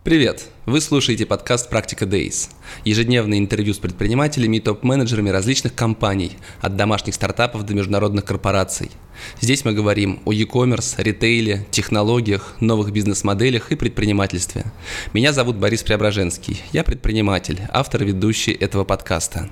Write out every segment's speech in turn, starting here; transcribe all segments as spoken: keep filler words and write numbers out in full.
Привет! Вы слушаете подкаст «Практика Days». Ежедневное интервью с предпринимателями и топ-менеджерами различных компаний, от домашних стартапов до международных корпораций. Здесь мы говорим о e-commerce, ритейле, технологиях, новых бизнес-моделях и предпринимательстве. Меня зовут Борис Преображенский. Я предприниматель, автор и ведущий этого подкаста.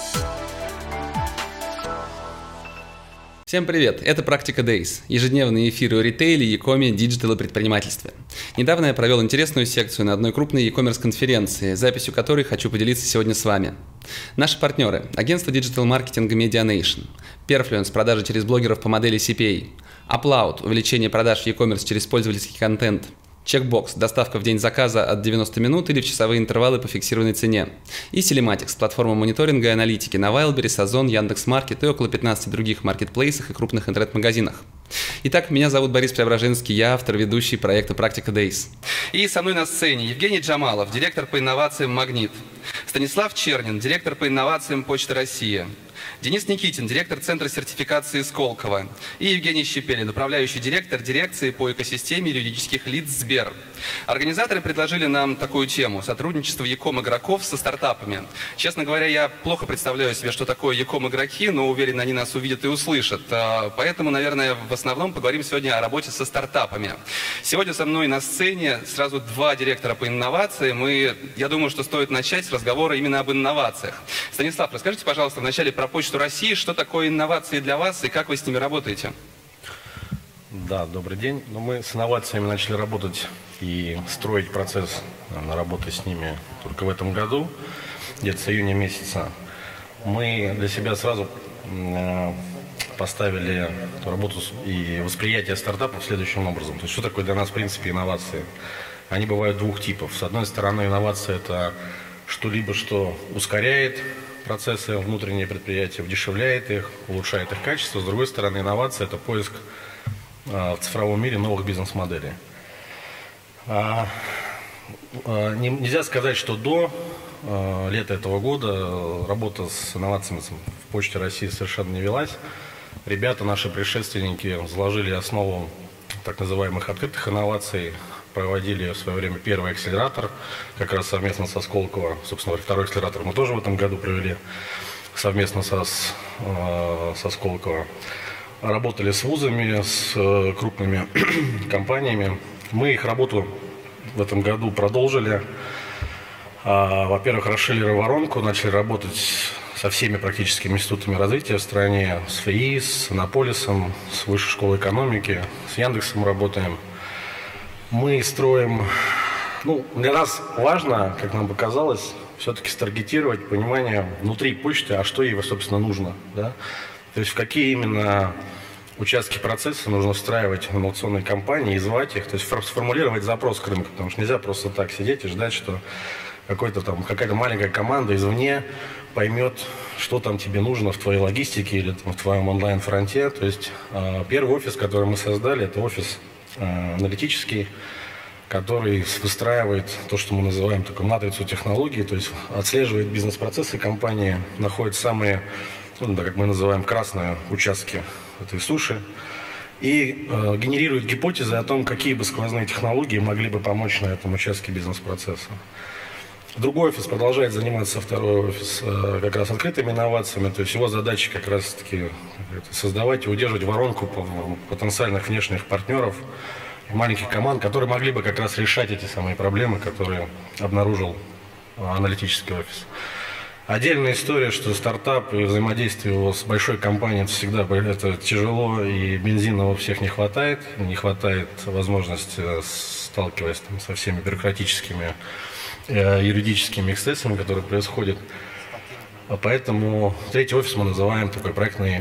Всем привет! Это «Практика Days» – ежедневные эфиры о ритейле, e-коме, диджитал и предпринимательстве. Недавно я провел интересную секцию на одной крупной e-commerce конференции, записью которой хочу поделиться сегодня с вами. Наши партнеры – агентство диджитал-маркетинга Medianation, Perfluence – продажи через блогеров по модели си пи эй, Upload – увеличение продаж в e-commerce через пользовательский контент, Checkbox – доставка в день заказа от девяноста минут или в часовые интервалы по фиксированной цене. И Telematics – платформа мониторинга и аналитики на Wildberries, Озон, Яндекс.Маркет и около пятнадцати других маркетплейсах и крупных интернет-магазинах. Итак, меня зовут Борис Преображенский, я автор, ведущий проекта «Практика Days». И со мной на сцене Евгений Джамалов, директор по инновациям «Магнит», Станислав Чернин, директор по инновациям «Почта России», Денис Никитин, директор Центра сертификации Сколково, и Евгений Щепелин, управляющий директор дирекции по экосистеме юридических лиц Сбер. Организаторы предложили нам такую тему – сотрудничество e-com игроков со стартапами. Честно говоря, я плохо представляю себе, что такое e-com игроки, но уверен, они нас увидят и услышат. Поэтому, наверное, в основном поговорим сегодня о работе со стартапами. Сегодня со мной на сцене сразу два директора по инновациям, и я думаю, что стоит начать с разговора именно об инновациях. Станислав, расскажите, пожалуйста, вначале про Почту России, что такое инновации для вас и как вы с ними работаете? Да, добрый день. Ну, мы с инновациями начали работать и строить процесс на работы с ними только в этом году, где-то с июня месяца. Мы для себя сразу поставили работу и восприятие стартапов следующим образом. То есть, что такое для нас, в принципе, инновации? Они бывают двух типов. С одной стороны, инновация – это что-либо, что ускоряет процессы внутренние предприятия, удешевляет их, улучшает их качество. С другой стороны, инновация – это поиск а, в цифровом мире новых бизнес-моделей. А, а, не, нельзя сказать, что до а, лета этого года работа с инновациями в Почте России совершенно не велась. Ребята, наши предшественники, заложили основу так называемых открытых инноваций, проводили в свое время первый акселератор, как раз совместно со Сколково. Собственно, второй акселератор мы тоже в этом году провели совместно со, со Сколково. Работали с вузами, с крупными компаниями. Мы их работу в этом году продолжили. Во-первых, расширили воронку, начали работать со всеми практическими институтами развития в стране, с ФИИ, с Иннополисом, с Высшей школой экономики, с Яндексом работаем. Мы строим, ну, для нас важно, как нам показалось, все-таки старгетировать понимание внутри почты, а что ей, собственно, нужно, да? То есть в какие именно участки процесса нужно встраивать в инновационные компании и звать их, то есть сформулировать запрос к рынку, потому что нельзя просто так сидеть и ждать, что какой-то там, какая-то маленькая команда извне поймет, что там тебе нужно в твоей логистике или там, в твоем онлайн-фронте. То есть э, первый офис, который мы создали, это офис аналитический, который выстраивает то, что мы называем такой матрицу технологий, то есть отслеживает бизнес-процессы компании, находит самые, ну, да, как мы называем, красные участки этой суши и э, генерирует гипотезы о том, какие бы сквозные технологии могли бы помочь на этом участке бизнес-процесса. Другой офис продолжает заниматься, второй офис, э, как раз открытыми инновациями, то есть его задача как раз-таки создавать и удерживать воронку потенциальных внешних партнеров, маленьких команд, которые могли бы как раз решать эти самые проблемы, которые обнаружил аналитический офис. Отдельная история, что стартап и взаимодействие его с большой компанией это всегда это тяжело, и бензина у всех не хватает, не хватает возможности, сталкиваясь там, со всеми бюрократическими юридическими эксцессами, которые происходят. Поэтому третий офис мы называем такой проектный,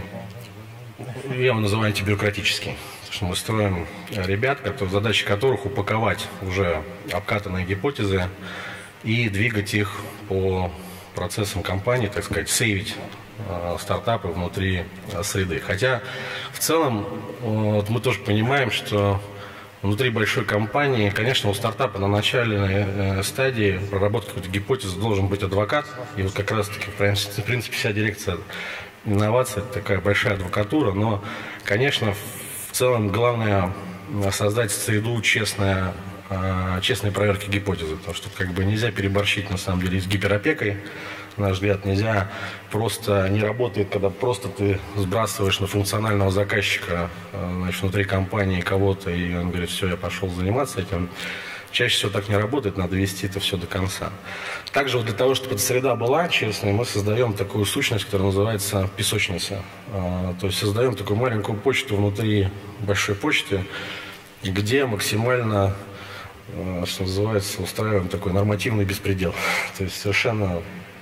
я его называю антибюрократический. Потому что мы строим ребят, которые, задача которых упаковать уже обкатанные гипотезы и двигать их по процессам компании, так сказать, сейвить э, стартапы внутри э, среды. Хотя в целом вот, мы тоже понимаем, что внутри большой компании, конечно, у стартапа на начальной э, стадии проработки какой-то гипотезы должен быть адвокат. И вот как раз-таки, в принципе, вся дирекция инноваций – это такая большая адвокатура. Но, конечно, в целом главное создать среду честная, э, честной проверки гипотезы, потому что как бы нельзя переборщить на самом деле с гиперопекой. На наш взгляд, нельзя, просто не работает, когда просто ты сбрасываешь на функционального заказчика, значит, внутри компании кого-то, и он говорит, все, я пошел заниматься этим. Чаще всего так не работает, надо вести это все до конца. Также вот для того, чтобы эта среда была честной, мы создаем такую сущность, которая называется песочница. То есть создаем такую маленькую почту внутри большой почты, где максимально, что называется, устраиваем такой нормативный беспредел. То есть совершенно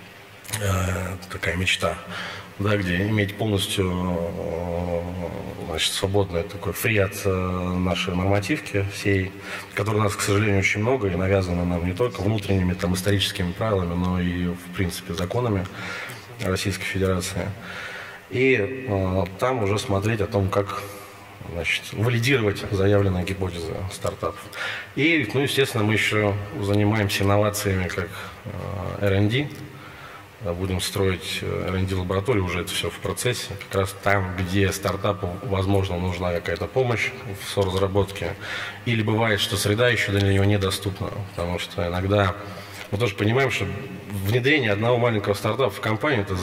такая мечта, да, где иметь полностью, значит, свободное такое фри от нашей нормативки всей, которой у нас, к сожалению, очень много и навязано нам не только внутренними там историческими правилами, но и, в принципе, законами Российской Федерации. И э, там уже смотреть о том, как, значит, валидировать заявленные гипотезы стартапов. И, ну, естественно, мы еще занимаемся инновациями как э, эр энд ди. Будем строить эр энд ди-лабораторию, уже это все в процессе. Как раз там, где стартапу, возможно, нужна какая-то помощь в соразработке. Или бывает, что среда еще для него недоступна. Потому что иногда мы тоже понимаем, что внедрение одного маленького стартапа в компанию это,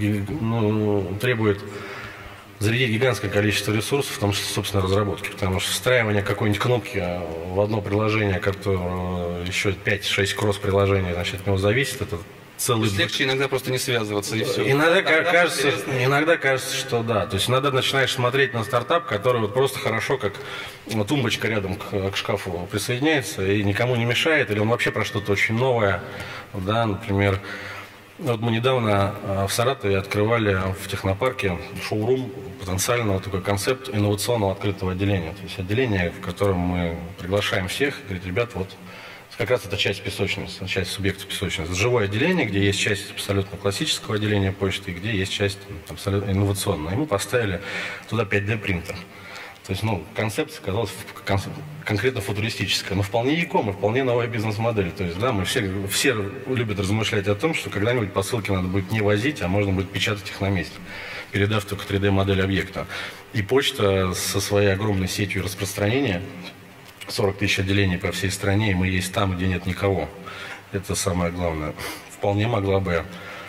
ну, требует зарядить гигантское количество ресурсов, в том числе, собственно, разработки. Потому что встраивание какой-нибудь кнопки в одно приложение, которое еще пять-шесть кросс-приложений, значит, от него зависит, это целый... Легче иногда просто не связываться и все. Иногда, кажется, иногда кажется, что да. То есть иногда начинаешь смотреть на стартап, который вот просто хорошо, как тумбочка рядом к, к шкафу присоединяется и никому не мешает, или он вообще про что-то очень новое. Да, например, вот мы недавно в Саратове открывали в технопарке шоурум потенциального такой концепт инновационного открытого отделения. То есть отделение, в котором мы приглашаем всех, говорит, ребят, вот как раз это часть песочницы, часть субъекта песочницы. Живое отделение, где есть часть абсолютно классического отделения почты, и где есть часть абсолютно инновационная. И мы поставили туда пять дэ принтер. То есть, ну, концепция казалась конкретно футуристическая, но вполне e-com и вполне новая бизнес-модель. То есть, да, мы все, все любят размышлять о том, что когда-нибудь посылки надо будет не возить, а можно будет печатать их на месте, передав только три дэ-модель объекта. И почта со своей огромной сетью распространения, сорок тысяч отделений по всей стране, и мы есть там, где нет никого. Это самое главное. Вполне могла бы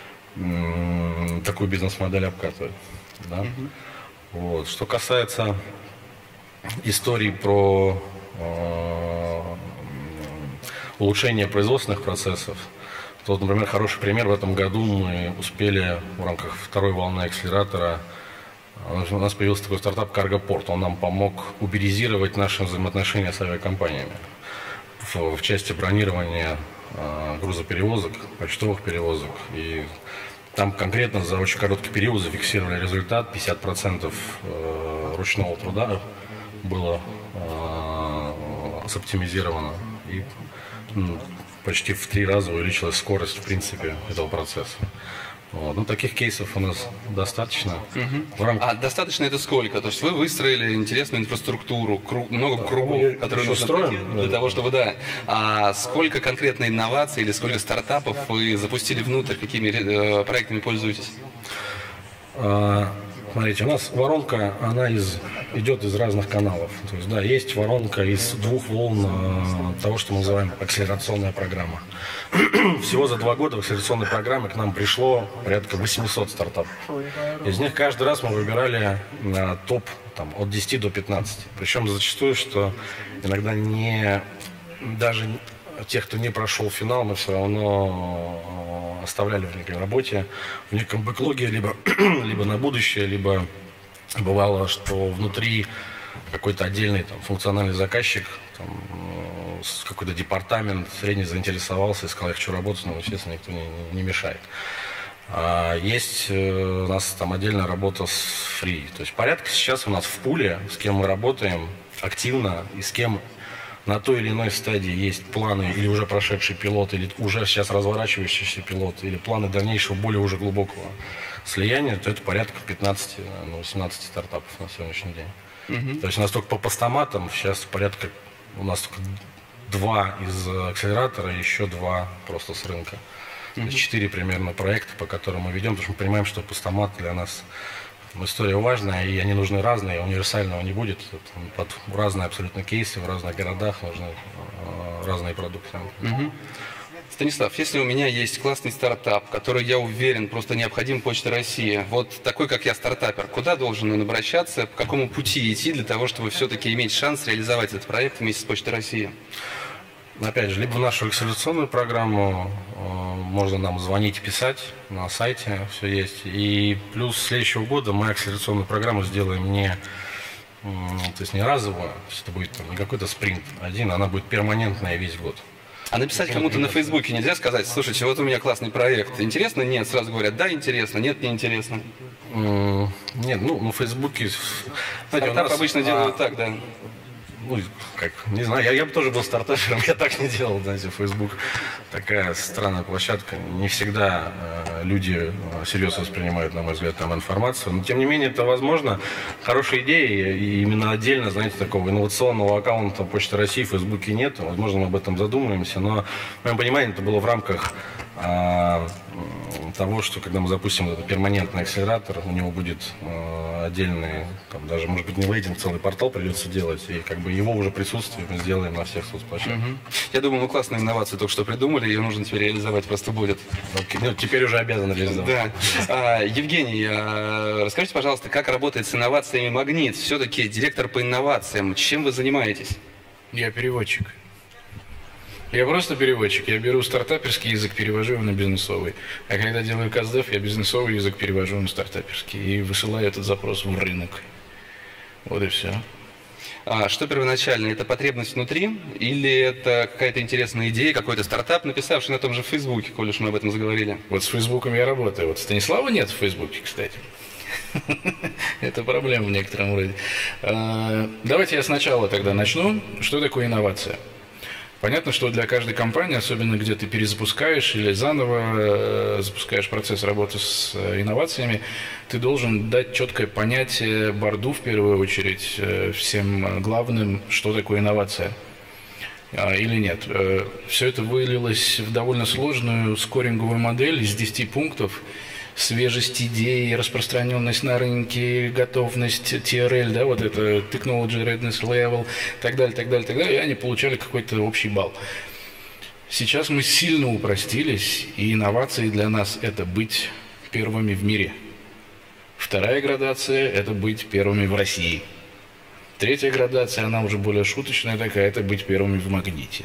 м- такую бизнес-модель обкатывать. Да? Mm-hmm. Вот. Что касается истории про э- улучшение производственных процессов, то, вот, например, хороший пример. В этом году мы успели в рамках второй волны акселератора. У нас появился такой стартап «Каргопорт». Он нам помог уберизировать наши взаимоотношения с авиакомпаниями в, в части бронирования э, грузоперевозок, почтовых перевозок. И там конкретно за очень короткий период зафиксировали результат. пятьдесят процентов э, ручного труда было э, соптимизировано. И ну, почти в три раза увеличилась скорость, в принципе, этого процесса. Вот. Ну, таких кейсов у нас достаточно. Угу. Рамках... А достаточно это сколько? То есть вы выстроили интересную инфраструктуру, круг, много кругов, да, которые нужно пройти для да. того, чтобы, да. А сколько конкретно инноваций или сколько стартапов вы запустили внутрь, какими э, проектами пользуетесь? А, смотрите, у нас воронка, она из, идет из разных каналов. То есть, да, есть воронка из двух волн э, того, что мы называем акселерационная программа. Всего за два года в акселерационной программе к нам пришло порядка восемьсот стартапов. Из них каждый раз мы выбирали э, топ там, от десяти до пятнадцати. Причем зачастую, что иногда не даже тех, кто не прошел финал, мы все равно оставляли в некой работе, в неком бэклоге, либо, либо на будущее, либо бывало, что внутри какой-то отдельный там, функциональный заказчик, там, какой-то департамент средний заинтересовался и сказал, я хочу работать, но, естественно, никто не, не мешает. А есть у нас там отдельная работа с фри. То есть порядка сейчас у нас в пуле, с кем мы работаем активно и с кем на той или иной стадии есть планы или уже прошедший пилот, или уже сейчас разворачивающийся пилот, или планы дальнейшего, более уже глубокого слияния, то это порядка пятнадцати-восемнадцати стартапов на сегодняшний день. Mm-hmm. То есть у нас только по постаматам сейчас порядка, у нас только два из акселератора, еще два просто с рынка. Mm-hmm. То есть четыре примерно проекта, по которым мы ведем, потому что мы понимаем, что постамат для нас история важная, и они нужны разные, универсального не будет. Под разные абсолютно кейсы в разных городах нужны разные продукты. Угу. Станислав, если у меня есть классный стартап, который, я уверен, просто необходим Почте России, вот такой, как я, стартапер, куда должен он обращаться, по какому пути идти для того, чтобы все-таки иметь шанс реализовать этот проект вместе с Почтой России? Опять же, либо в нашу акселерационную программу, можно нам звонить, писать, на сайте все есть. И плюс с следующего года мы акселерационную программу сделаем не, то есть не разовую, то есть это будет там, не какой-то спринт один, она будет перманентная весь год. А написать кому-то на Фейсбуке нельзя сказать: слушайте, вот у меня классный проект, интересно? Нет, сразу говорят: да, интересно, нет, не интересно. Mm, нет, ну, на Фейсбуке... Стартап нас... обычно делают а... так, да. Ну, как, не знаю, я, я бы тоже был стартапером, я так не делал, знаете, Facebook такая странная площадка, не всегда э, люди серьезно воспринимают, на мой взгляд, там информацию, но тем не менее это возможно, хорошая идея, и именно отдельно, знаете, такого инновационного аккаунта Почты России в Фейсбуке нет, возможно, мы об этом задумаемся, но в моем понимании это было в рамках э, того, что когда мы запустим этот перманентный акселератор, у него будет э, отдельный, там, даже, может быть, не лендинг, целый портал придется делать, и как бы его уже присутствие мы сделаем на всех соцплощадках. Угу. Я думаю, мы классную инновацию только что придумали, ее нужно теперь реализовать просто будет. Okay. Ну, теперь уже обязаны реализовать. Да. А, Евгений, а, расскажите, пожалуйста, как работает с инновациями Магнит? Все-таки директор по инновациям. Чем вы занимаетесь? Я переводчик. Я просто переводчик. Я беру стартаперский язык, перевожу его на бизнесовый. А когда делаю каздев, я бизнесовый язык перевожу на стартаперский и высылаю этот запрос в рынок. Вот и все. А что первоначально? Это потребность внутри? Или это какая-то интересная идея, какой-то стартап, написавший на том же Фейсбуке, коль уж мы об этом заговорили? Вот с Фейсбуком я работаю. Вот Станислава нет в Фейсбуке, кстати. Это проблема в некотором роде. Давайте я сначала тогда начну. Что такое инновация? Понятно, что для каждой компании, особенно где ты перезапускаешь или заново запускаешь процесс работы с инновациями, ты должен дать четкое понятие борду, в первую очередь, всем главным, что такое инновация или нет. Все это вылилось в довольно сложную скоринговую модель из десяти пунктов. Свежесть идей, распространенность на рынке, готовность ти ар эл, да, вот это Technology Readiness Level, так далее, так далее, так далее, и они получали какой-то общий балл. Сейчас мы сильно упростились, и инновации для нас – это быть первыми в мире. Вторая градация – это быть первыми в России. Третья градация, она уже более шуточная такая, это быть первыми в Магните.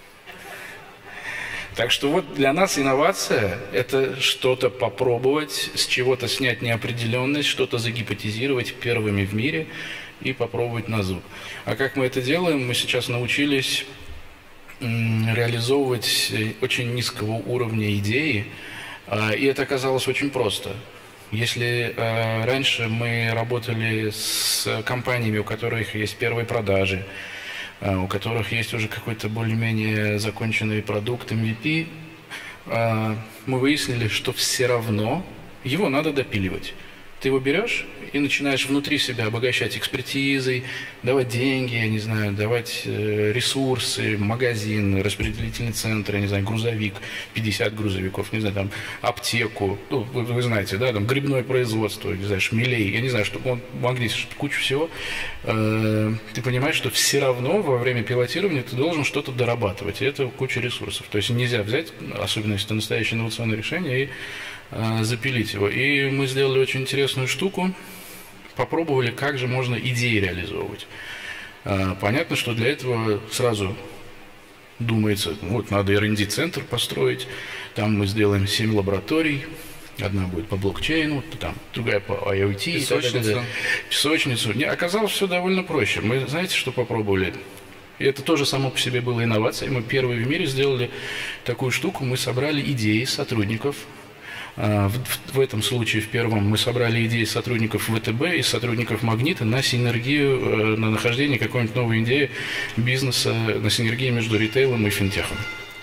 Так что вот для нас инновация – это что-то попробовать, с чего-то снять неопределенность, что-то загипотезировать первыми в мире и попробовать на зуб. А как мы это делаем? Мы сейчас научились реализовывать очень низкого уровня идеи, и это оказалось очень просто. Если э, раньше мы работали с компаниями, у которых есть первые продажи, у которых есть уже какой-то более-менее законченный продукт эм ви пи, мы выяснили, что все равно его надо допиливать. Ты его берешь и начинаешь внутри себя обогащать экспертизой, давать деньги, я не знаю, давать ресурсы, магазин, распределительный центр, я не знаю, грузовик, пятьдесят грузовиков, не знаю, там, аптеку, ну, вы, вы знаете, да, там, грибное производство, не знаю, шмелей, я не знаю, что он Магнит, кучу всего. Ты понимаешь, что все равно во время пилотирования ты должен что-то дорабатывать, и это куча ресурсов. То есть нельзя взять, особенно если это настоящее инновационное решение, и запилить его. И мы сделали очень интересную штуку, попробовали, как же можно идеи реализовывать. Понятно, что для этого сразу думается, вот надо эр энд ди-центр построить, там мы сделаем семь лабораторий, одна будет по блокчейну, там другая по ай о ти, песочницу. Песочницу. Не, оказалось все довольно проще. Мы, знаете, что попробовали? И это тоже само по себе было инновацией. Мы первые в мире сделали такую штуку, мы собрали идеи сотрудников. В, в этом случае, в первом, мы собрали идеи сотрудников вэ тэ бэ и сотрудников Магнита на синергию, на нахождение какой-нибудь новой идеи бизнеса, на синергию между ритейлом и финтехом.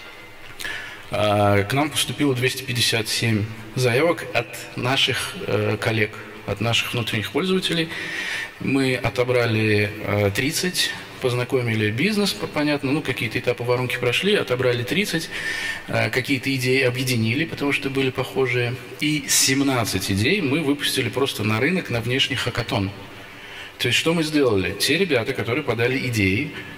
К нам поступило двести пятьдесят семь заявок от наших коллег, от наших внутренних пользователей. Мы отобрали тридцать, познакомили бизнес, понятно, ну, какие-то этапы воронки прошли, отобрали тридцать, какие-то идеи объединили, потому что были похожие, и семнадцать идей мы выпустили просто на рынок, на внешний хакатон. То есть, что мы сделали? Те ребята, которые подали идеи,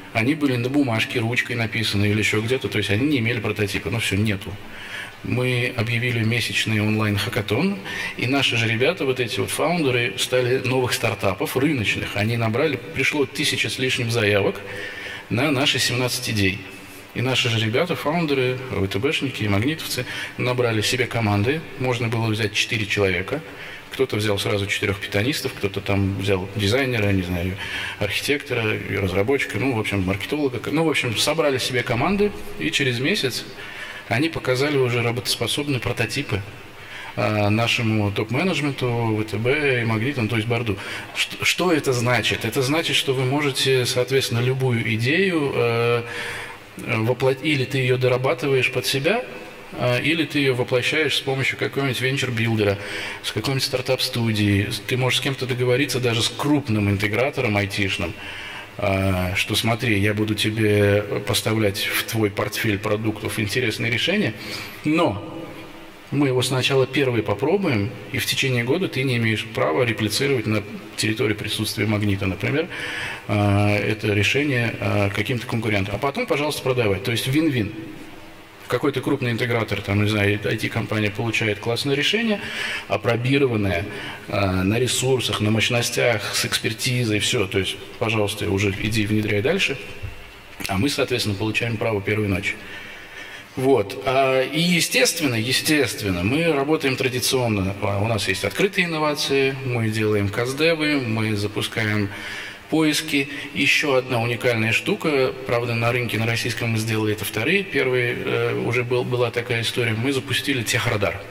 Они были на бумажке, ручкой написаны или еще где-то, то есть они не имели прототипа, но все, нету. Мы объявили месячный онлайн-хакатон, и наши же ребята, вот эти вот фаундеры, стали новых стартапов рыночных. Они набрали, пришло тысяча с лишним заявок на наши семнадцать идей. И наши же ребята, фаундеры, ВТБшники и магнитовцы, набрали себе команды. Можно было взять четыре человека. Кто-то взял сразу четырех питонистов, кто-то там взял дизайнера, не знаю, архитектора, разработчика, ну, в общем, маркетолога. Ну, в общем, собрали себе команды, и через месяц они показали уже работоспособные прототипы а, нашему топ-менеджменту, ВТБ и Магнитам, то есть Борду. Что, что это значит? Это значит, что вы можете, соответственно, любую идею э, воплотить, или ты ее дорабатываешь под себя, или ты ее воплощаешь с помощью какого-нибудь венчур-билдера, с какой-нибудь стартап-студии. Ты можешь с кем-то договориться, даже с крупным интегратором айтишным, что смотри, я буду тебе поставлять в твой портфель продуктов интересные решения, но мы его сначала первые попробуем, и в течение года ты не имеешь права реплицировать на территории присутствия Магнита, например, это решение каким-то конкурентам. А потом, пожалуйста, продавай. То есть вин-вин. Какой-то крупный интегратор, там, не знаю, ай ти-компания получает классное решение, апробированное э, на ресурсах, на мощностях, с экспертизой, все. То есть, пожалуйста, уже иди внедряй дальше. А мы, соответственно, получаем право первой ночи. Вот. А, и естественно, естественно, мы работаем традиционно. У нас есть открытые инновации, мы делаем каздевы, мы запускаем поиски. Еще одна уникальная штука, правда, на рынке на российском мы сделали это вторые. Первый э, уже был, была такая история. Мы запустили техрадар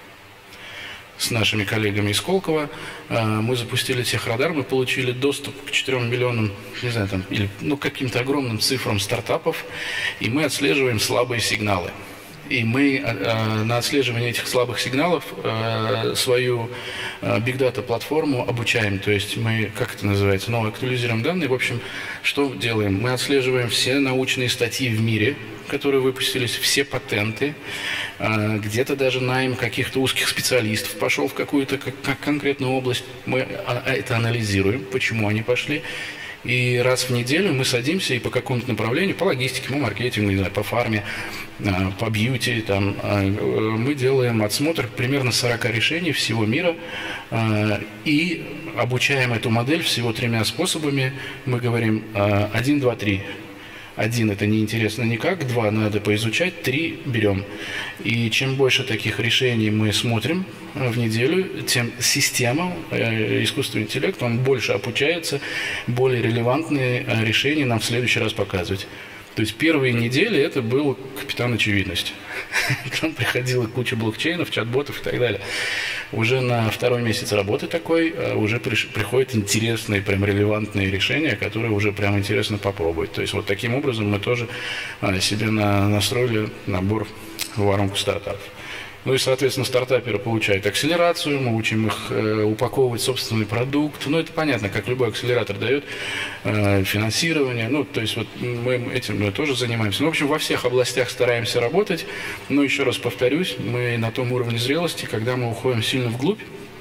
с нашими коллегами из Сколково. Э, мы запустили техрадар, мы получили доступ к четырем миллионам, не знаю, там, или ну, каким-то огромным цифрам стартапов, и мы отслеживаем слабые сигналы. И мы э, на отслеживание этих слабых сигналов э, свою э, Big Data платформу обучаем. То есть мы, как это называется, ну, актуализируем данные. В общем, что делаем? Мы отслеживаем все научные статьи в мире, которые выпустились, все патенты, э, где-то даже найм каких-то узких специалистов пошел в какую-то как, как конкретную область. Мы а, это анализируем, почему они пошли. И раз в неделю мы садимся и по какому-то направлению, по логистике, по маркетингу, не знаю, по фарме, по бьюти, там, мы делаем отсмотр примерно сорок решений всего мира и обучаем эту модель всего тремя способами. Мы говорим один, два, три. Один – это неинтересно никак, два – надо поизучать, три – берем. И чем больше таких решений мы смотрим в неделю, тем система, искусственный интеллект, он больше обучается, более релевантные решения нам в следующий раз показывать. То есть первые недели это был капитан очевидность. К нам приходила куча блокчейнов, чат-ботов и так далее. Уже на второй месяц работы такой уже приходят интересные, прям релевантные решения, которые уже прям интересно попробовать. То есть вот таким образом мы тоже себе настроили набор в воронку стартапов. Ну и, соответственно, стартаперы получают акселерацию, мы учим их э, упаковывать собственный продукт. Ну, это понятно, как любой акселератор дает э, финансирование. Ну, то есть вот мы этим мы тоже занимаемся. Ну, в общем, во всех областях стараемся работать. Но еще раз повторюсь, мы на том уровне зрелости, когда мы уходим сильно вглубь.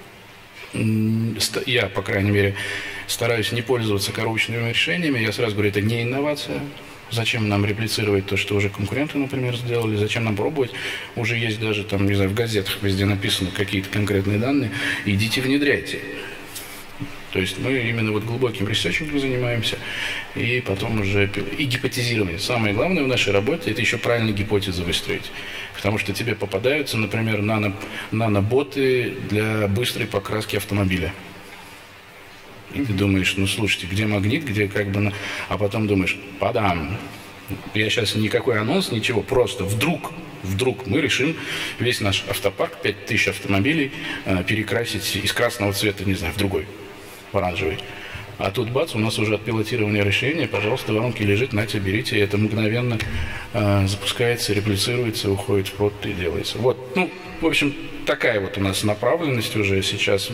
Я, по крайней мере, стараюсь не пользоваться коробочными решениями. Я сразу говорю, это не инновация. Зачем нам реплицировать то, что уже конкуренты, например, сделали? Зачем нам пробовать? Уже есть даже там, не знаю, в газетах везде написаны какие-то конкретные данные. Идите, внедряйте. То есть мы именно вот глубоким ресерчингом занимаемся, и потом уже и гипотезирование. Самое главное в нашей работе – это еще правильно гипотезы выстроить. Потому что тебе попадаются, например, нано, наноботы для быстрой покраски автомобиля. И ты думаешь, ну слушайте, где магнит, где как бы... А потом думаешь, падам. Я сейчас никакой анонс, ничего, просто вдруг, вдруг мы решим весь наш автопарк, пять тысяч автомобилей, перекрасить из красного цвета, не знаю, в другой, в оранжевый. А тут бац, у нас уже отпилотирование решения, пожалуйста, в воронке лежит, нате, берите, и это мгновенно э, запускается, реплицируется, уходит в прод и делается. Вот, ну, в общем, такая вот у нас направленность уже сейчас.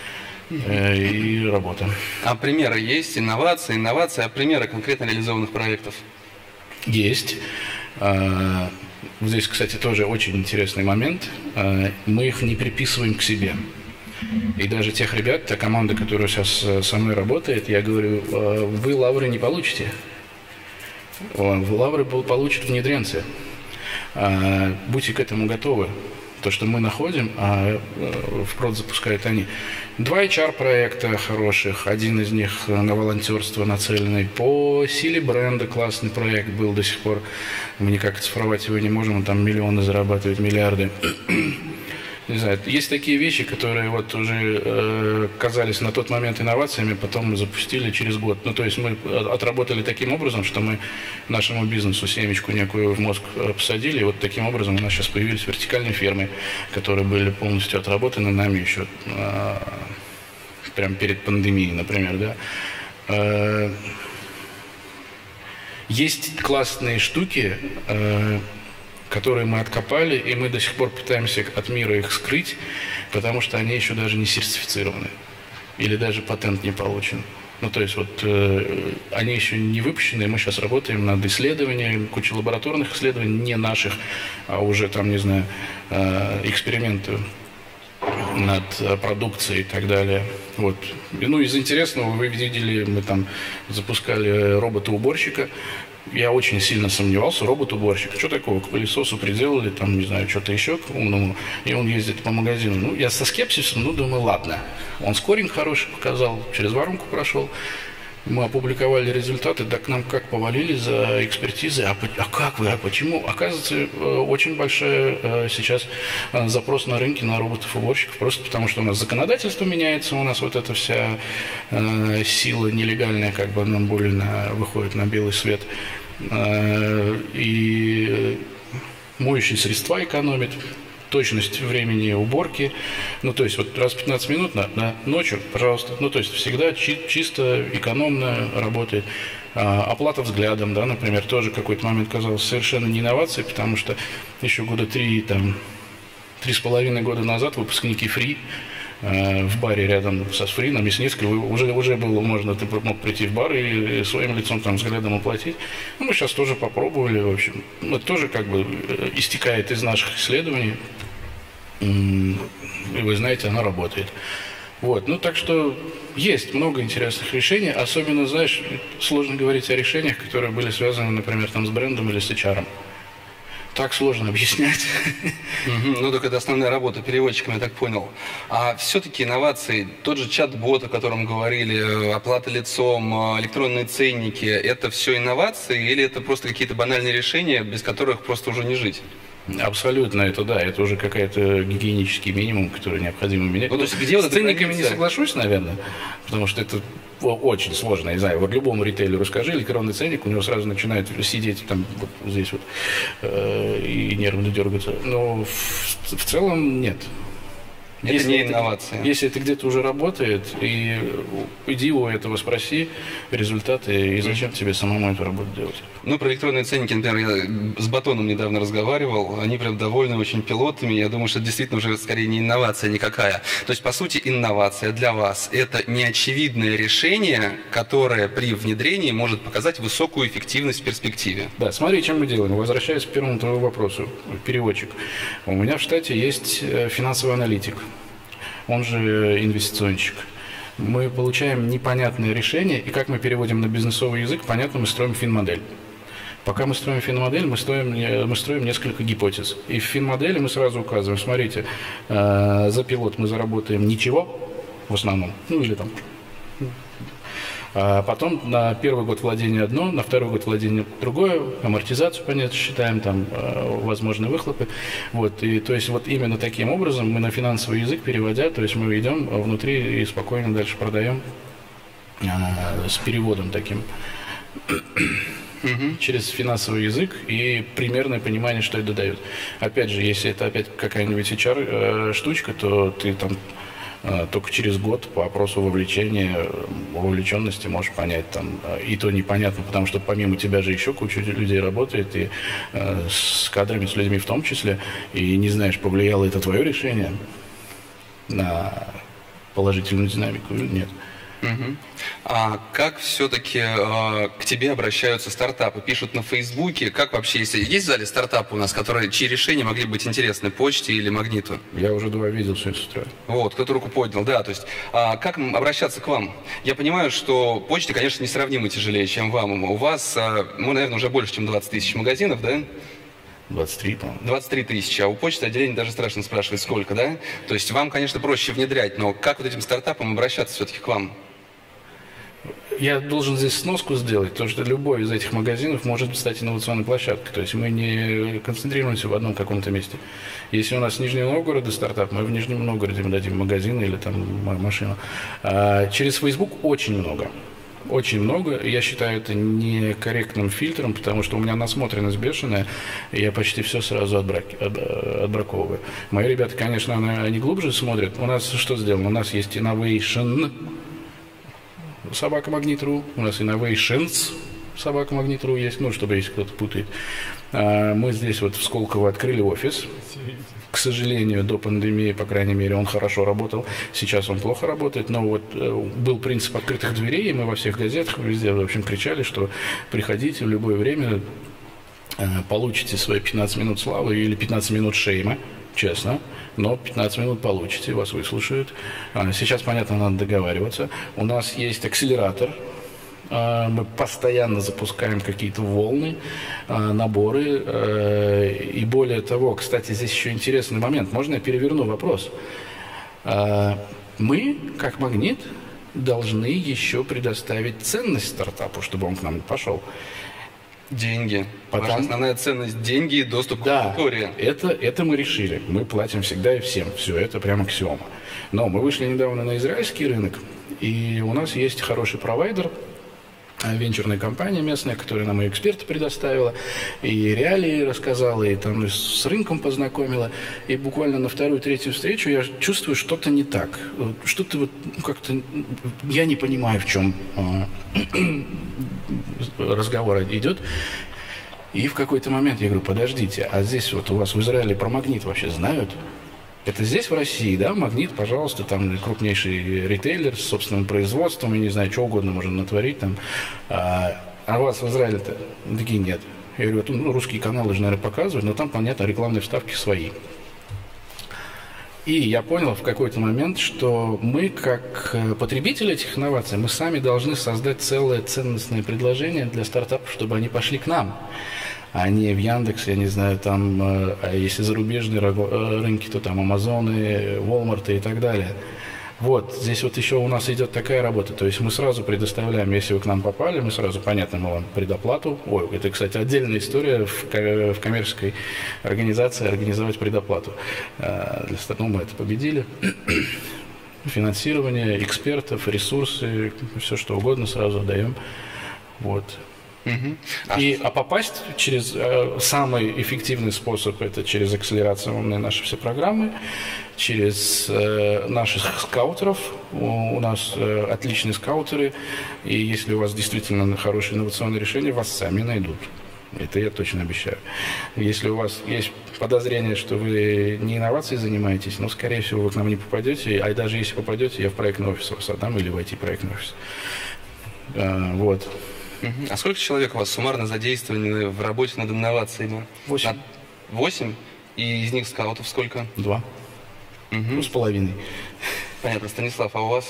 И работа. А примеры есть? Инновации, инновации, а примеры конкретно реализованных проектов? Есть. Здесь, кстати, тоже очень интересный момент. Мы их не приписываем к себе. И даже тех ребят, та команда, которая сейчас со мной работает, я говорю, вы лавры не получите. лавры получат внедренцы. Будьте к этому готовы. То, что мы находим, а в прод запускают они. Два эйч ар-проекта хороших, один из них на волонтерство нацеленный. По силе бренда классный проект был до сих пор. Мы никак оцифровать его не можем, он там миллионы зарабатывает, миллиарды. Не знаю, есть такие вещи, которые вот уже э, казались на тот момент инновациями, потом мы запустили через год. Ну, то есть мы отработали таким образом, что мы нашему бизнесу семечку некую в мозг посадили, и вот таким образом у нас сейчас появились вертикальные фермы, которые были полностью отработаны нами еще э, прямо перед пандемией, например, да. Э, есть классные штуки, э, которые мы откопали, и мы до сих пор пытаемся от мира их скрыть, потому что они еще даже не сертифицированы. Или даже патент не получен. Ну, то есть вот э, они еще не выпущены, и мы сейчас работаем над исследованием, куча лабораторных исследований, не наших, а уже там, не знаю, э, эксперименты над продукцией и так далее. Вот. Ну, из интересного вы видели, мы там запускали робота-уборщика. Я очень сильно сомневался, робот-уборщик, что такого, к пылесосу приделали, там, не знаю, что-то еще к умному, и он ездит по магазину. Ну, я со скепсисом, ну, думаю, ладно. Он скоринг хороший показал, через воронку прошел. Мы опубликовали результаты, да к нам как повалили за экспертизы. А, а как вы, а почему? Оказывается, очень большой сейчас запрос на рынке на роботов-уборщиков, просто потому что у нас законодательство меняется, у нас вот эта вся э, сила нелегальная, как бы нам более на, выходит на белый свет. Э, и моющие средства экономит. Точность времени уборки, ну, то есть вот раз в пятнадцать минут на, на ночью, пожалуйста, ну, то есть всегда чи- чисто, экономно работает. А, оплата взглядом, да, например, тоже какой-то момент казалось совершенно не инновацией, потому что еще года три, там, три с половиной года назад выпускники ФРИ э, в баре рядом со СФРИ на Мясницкой уже, уже было можно, ты мог прийти в бар и, и своим лицом, там, взглядом оплатить. Ну, мы сейчас тоже попробовали, в общем, это тоже как бы истекает из наших исследований. И вы знаете, оно работает. Вот, ну так что есть много интересных решений, особенно, знаешь, сложно говорить о решениях, которые были связаны, например, там, с брендом или с эйч ар. Так сложно объяснять. Угу. Ну, так это основная работа переводчиком, я так понял. А все-таки инновации, тот же чат-бот, о котором говорили, оплата лицом, электронные ценники, это все инновации или это просто какие-то банальные решения, без которых просто уже не жить? Абсолютно, это да, это уже какой-то гигиенический минимум, который необходимо менять. Ну, то есть, где с вот ценниками не соглашусь, наверное, потому что это очень сложно, не знаю, вот любому ритейлеру скажи электронный ценник, у него сразу начинает сидеть там вот здесь вот э, и нервно дергаться. Но в, в целом нет. Это если не это, инновация. Если это где-то уже работает, и иди у этого спроси результаты, и зачем тебе самому эту работу делать. Ну, про электронные ценники, например, я с Батоном недавно разговаривал, они прям довольны очень пилотами, я думаю, что это действительно уже скорее не инновация никакая. То есть, по сути, инновация для вас – это неочевидное решение, которое при внедрении может показать высокую эффективность в перспективе. Да, смотри, чем мы делаем. Возвращаясь к первому твоему вопросу, переводчик. У меня в штате есть финансовый аналитик, он же инвестиционщик. Мы получаем непонятные решения, и как мы переводим на бизнесовый язык, понятно, мы строим финмодель. Пока мы строим финмодель, мы строим, мы строим несколько гипотез. И в финмодели мы сразу указываем, смотрите, э, за пилот мы заработаем ничего, в основном, ну или там. А потом на первый год владения одно, на второй год владения другое, амортизацию, понятно, считаем, там, э, возможные выхлопы. Вот, и, то есть вот именно таким образом мы на финансовый язык переводя, то есть мы идем внутри и спокойно дальше продаем э, с переводом таким. Угу. Через финансовый язык и примерное понимание, что это дает. Опять же, если это опять какая-нибудь эйч ар э, штучка, то ты там э, только через год по опросу вовлечения, вовлеченности можешь понять там. И то непонятно, потому что помимо тебя же еще куча людей работает, и э, с кадрами, с людьми в том числе, и не знаешь, повлияло это твое решение на положительную динамику или нет. Угу. А как все-таки э, к тебе обращаются стартапы? Пишут на Фейсбуке. Как вообще, если есть в зале стартапы у нас, которые, чьи решения могли быть интересны почте или Магниту? Я уже два видел сегодня с утра. Вот, кто-то руку поднял, да. То есть, а как обращаться к вам? Я понимаю, что почте, конечно, несравнимо тяжелее, чем вам. У вас, а, ну, наверное, уже больше, чем двадцать тысяч магазинов, да? двадцать три, по-моему. двадцать три тысячи, а у почты отделения даже страшно спрашивать, сколько, да? То есть вам, конечно, проще внедрять, но как вот этим стартапам обращаться все-таки к вам? Я должен здесь сноску сделать, потому что любой из этих магазинов может стать инновационной площадкой. То есть мы не концентрируемся в одном каком-то месте. Если у нас с Нижнего Новгорода стартап, мы в Нижнем Новгороде мы дадим магазин или там машину. А через Facebook очень много. Очень много. Я считаю это некорректным фильтром, потому что у меня насмотренность бешеная, и я почти все сразу отбрак... отбраковываю. Мои ребята, конечно, они глубже смотрят. У нас что сделано? У нас есть Innovation собака Магнит.ру, у нас Innovations собака Магнит.ру есть, ну, чтобы если кто-то путает. Мы здесь вот в Сколково открыли офис. К сожалению, до пандемии, по крайней мере, он хорошо работал. Сейчас он плохо работает, но вот был принцип открытых дверей, и мы во всех газетах везде, в общем, кричали, что приходите в любое время, получите свои пятнадцать минут славы или пятнадцать минут шейма. Честно, но пятнадцать минут получите, вас выслушают. Сейчас, понятно, надо договариваться. У нас есть акселератор. Мы постоянно запускаем какие-то волны, наборы. И более того, кстати, здесь еще интересный момент. Можно я переверну вопрос? Мы, как Магнит, должны еще предоставить ценность стартапу, чтобы он к нам пошел. Деньги. Потому... Ваша основная ценность – деньги и доступ да, к аудитории. Это, это мы решили. Мы платим всегда и всем. Все это прямо аксиома. Но мы вышли недавно на израильский рынок, и у нас есть хороший провайдер, венчурная компания местная, которая нам и эксперта предоставила, и реалии рассказала, и там с рынком познакомила. И буквально на вторую, третью встречу я чувствую, что-то не так. Что-то вот как-то... Я не понимаю, в чем разговор идет. И в какой-то момент я говорю, подождите, а здесь вот у вас в Израиле про Магнит вообще знают? Это здесь, в России, да, Магнит, пожалуйста, там крупнейший ритейлер с собственным производством, я не знаю, что угодно можно натворить там. А, а у вас в Израиле-то такие нет. Я говорю, вот, ну, русские каналы же, наверное, показывают, но там, понятно, рекламные вставки свои. И я понял в какой-то момент, что мы, как потребители этих инноваций, мы сами должны создать целое ценностное предложение для стартапов, чтобы они пошли к нам. А не в Яндекс, я не знаю, там, а если зарубежные рынки, то там Амазоны, Walmart и так далее. Вот, здесь вот еще у нас идет такая работа, то есть мы сразу предоставляем, если вы к нам попали, мы сразу, понятно, мы вам предоплату. Ой, это, кстати, отдельная история в коммерческой организации организовать предоплату. Ну, мы это победили. Финансирование, экспертов, ресурсы, все что угодно сразу даем. Вот. Угу. И, а попасть через э, самый эффективный способ это через акселерационные наши все программы, через э, наших скаутеров. У, у нас э, отличные скаутеры, и если у вас действительно хорошее инновационное решение, вас сами найдут. Это я точно обещаю. Если у вас есть подозрение, что вы не инновацией занимаетесь, ну, скорее всего, вы к нам не попадете, а даже если попадете, я в проектный офис вас отдам или в ай ти-проектный офис. А, вот. А сколько человек у вас суммарно задействованы в работе над инновациями? Восемь. Восемь? И из них скаутов сколько? Два. Угу. Ну, с половиной. Понятно. Станислав, а у вас?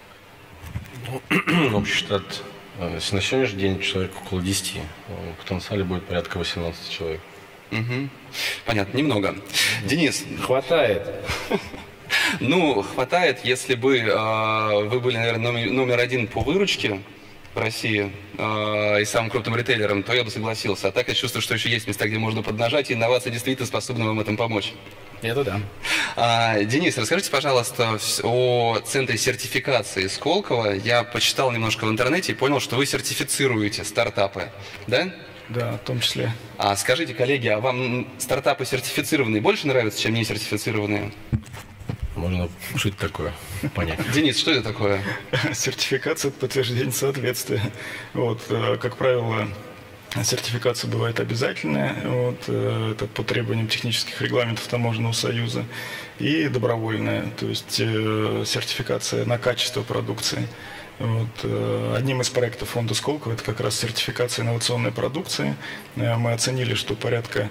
Ну, общий штат, если на сегодняшний день человек около десяти, в потенциале будет порядка восемнадцати человек. Угу. Понятно, немного. Денис. Хватает. Ну, хватает, если бы э, вы были, наверное, номер, номер один по выручке в России э, и самым крупным ритейлером, то я бы согласился. А так я чувствую, что еще есть места, где можно поднажать, и инновации действительно способны вам этом помочь. Это да. А, Денис, расскажите, пожалуйста, о центре сертификации Сколково. Я почитал немножко в интернете и понял, что вы сертифицируете стартапы, да? Да, в том числе. А скажите, коллеги, а вам стартапы сертифицированные больше нравятся, чем не сертифицированные? Можно что-то такое понять. Денис, что это такое? Сертификация – это подтверждение соответствия. Вот, как правило, сертификация бывает обязательная, вот, это по требованиям технических регламентов Таможенного союза, и добровольная, то есть сертификация на качество продукции. Вот. Одним из проектов фонда Сколково это как раз сертификация инновационной продукции. Мы оценили, что порядка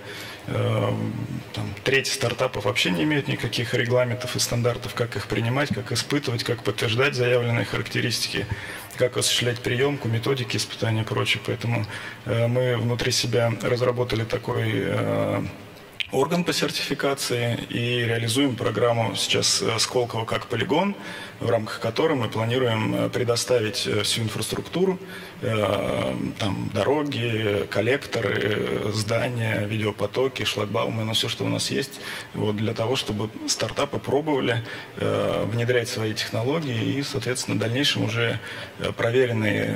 там, трети стартапов вообще не имеют никаких регламентов и стандартов, как их принимать, как испытывать, как подтверждать заявленные характеристики, как осуществлять приемку, методики испытания и прочее. Поэтому мы внутри себя разработали такой орган по сертификации и реализуем программу сейчас Сколково как полигон, в рамках которой мы планируем предоставить всю инфраструктуру, там, дороги, коллекторы, здания, видеопотоки, шлагбаумы, ну, все, что у нас есть, вот, для того, чтобы стартапы пробовали внедрять свои технологии и, соответственно, в дальнейшем уже проверенные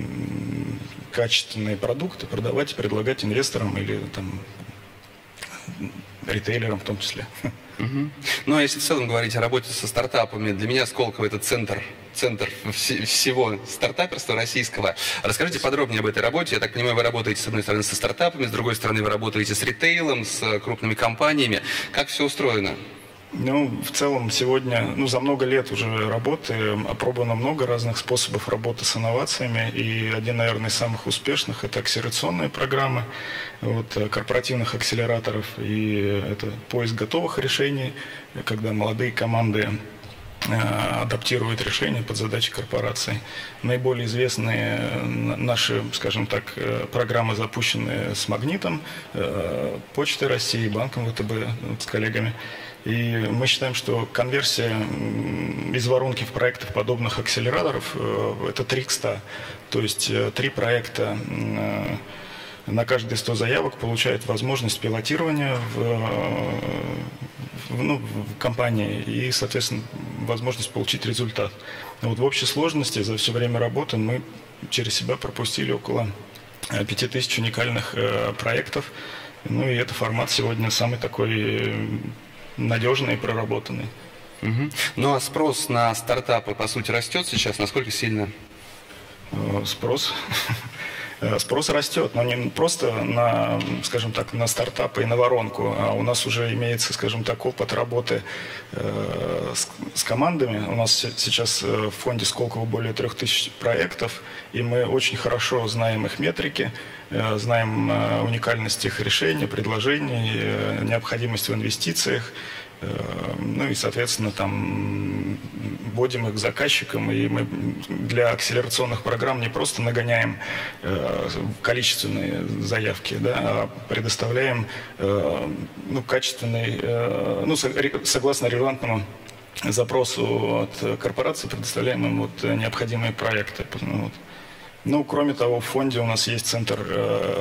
качественные продукты продавать и предлагать инвесторам или там, ритейлерам в том числе. Угу. Ну, а если в целом говорить о работе со стартапами, для меня Сколково это центр, центр вс- всего стартаперства российского. Расскажите подробнее об этой работе. Я так понимаю, вы работаете, с одной стороны, со стартапами, с другой стороны, вы работаете с ритейлом, с крупными компаниями. Как все устроено? Ну, в целом сегодня, ну, за много лет уже работы опробовано много разных способов работы с инновациями. И один, наверное, из самых успешных – это акселерационные программы вот, корпоративных акселераторов. И это поиск готовых решений, когда молодые команды адаптируют решения под задачи корпораций. Наиболее известные наши, скажем так, программы, запущенные с «Магнитом», Почтой России, Банком ВТБ с коллегами. И мы считаем, что конверсия из воронки в проектах подобных акселераторов – это три к ста. То есть три проекта на каждые сто заявок получают возможность пилотирования в, в, ну, в компании и, соответственно, возможность получить результат. Вот в общей сложности за все время работы мы через себя пропустили около пяти тысяч уникальных проектов. Ну и этот формат сегодня самый такой надежный и проработанный. Угу. Ну а спрос на стартапы, по сути, растет сейчас? Насколько сильно? Спрос? Спрос растет, но не просто на, скажем так, на стартапы и на воронку, а у нас уже имеется, скажем так, опыт работы э, с, с командами. У нас сейчас в фонде Сколково более трех тысяч проектов, и мы очень хорошо знаем их метрики, э, знаем э, уникальность их решений, предложений, э, необходимость в инвестициях. Ну и, соответственно, там вводим их к заказчикам, и мы для акселерационных программ не просто нагоняем э, количественные заявки, да, а предоставляем э, ну, качественный, э, ну, согласно релевантному запросу от корпорации, предоставляем им вот необходимые проекты. Вот. Ну, кроме того, в фонде у нас есть центр э,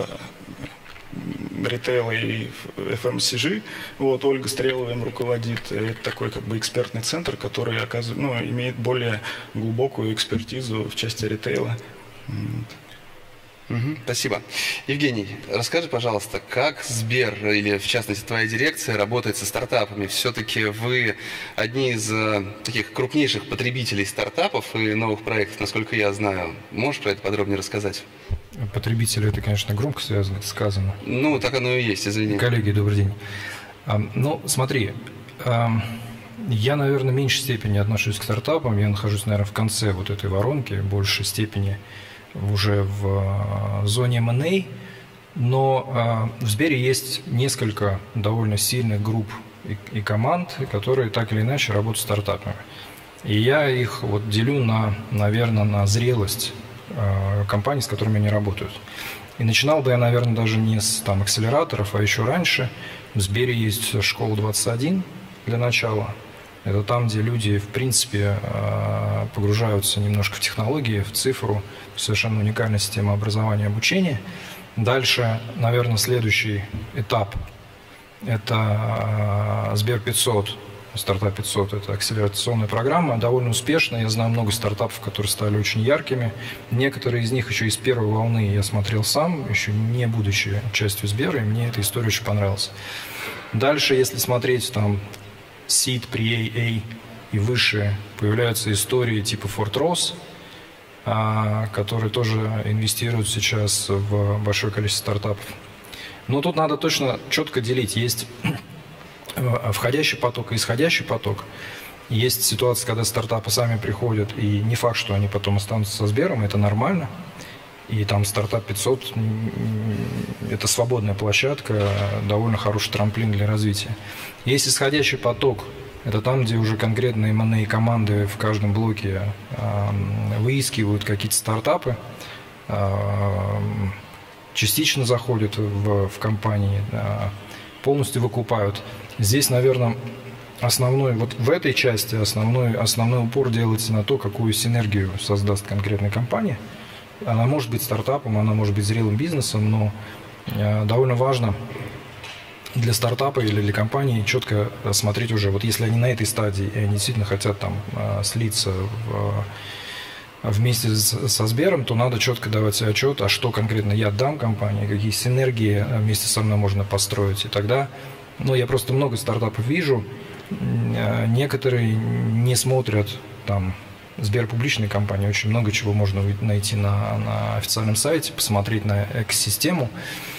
ритейла и эф эм си джи. Вот, Ольга Стрелова им руководит. Это такой как бы экспертный центр, который оказывает, ну, имеет более глубокую экспертизу в части ритейла. Угу, спасибо. Евгений, расскажи, пожалуйста, как Сбер, или в частности твоя дирекция, работает со стартапами? Все-таки вы одни из таких крупнейших потребителей стартапов и новых проектов, насколько я знаю. Можешь про это подробнее рассказать? Потребители, это, конечно, громко связано, сказано. Ну, так оно и есть, извини. Коллеги, добрый день. Ну, смотри, я, наверное, в меньшей степени отношусь к стартапам. Я нахожусь, наверное, в конце вот этой воронки, в большей степени уже в зоне эм энд эй. Но в Сбере есть несколько довольно сильных групп и команд, которые так или иначе работают с стартапами. И я их вот делю на, наверное, на зрелость компаний, с которыми они работают. И начинал бы я, наверное, даже не с там, акселераторов, а еще раньше. В Сбере есть школа двадцать один для начала. Это там, где люди, в принципе, погружаются немножко в технологии, в цифру, в совершенно уникальная система образования и обучения. Дальше, наверное, следующий этап – это Сбер пятьсот. Стартап пятьсот – это акселерационная программа, довольно успешная. Я знаю много стартапов, которые стали очень яркими. Некоторые из них еще из первой волны я смотрел сам, еще не будучи частью Сбера, и мне эта история очень понравилась. Дальше, если смотреть там Seed, Pre-A, A и выше, появляются истории типа Fortrose, которые тоже инвестируют сейчас в большое количество стартапов. Но тут надо точно четко делить. Есть входящий поток и исходящий поток. Есть ситуация, когда стартапы сами приходят, и не факт, что они потом останутся со Сбером, это нормально. И там стартап пятьсот – это свободная площадка, довольно хороший трамплин для развития. Есть исходящий поток. Это там, где уже конкретные эм энд эй команды в каждом блоке э, выискивают какие-то стартапы, э, частично заходят в, в компании, э, полностью выкупают. Здесь, наверное, основной, вот в этой части основной, основной упор делается на то, какую синергию создаст конкретная компания. Она может быть стартапом, она может быть зрелым бизнесом, но э, довольно важно для стартапа или для компании четко смотреть уже, вот если они на этой стадии, и они действительно хотят там э, слиться в, вместе с, со Сбером, то надо четко давать себе отчет, а что конкретно я дам компании, какие синергии вместе со мной можно построить. И тогда, ну, я просто много стартапов вижу, э, некоторые не смотрят там, Сбер публичная компания, очень много чего можно найти на, на официальном сайте, посмотреть на экосистему.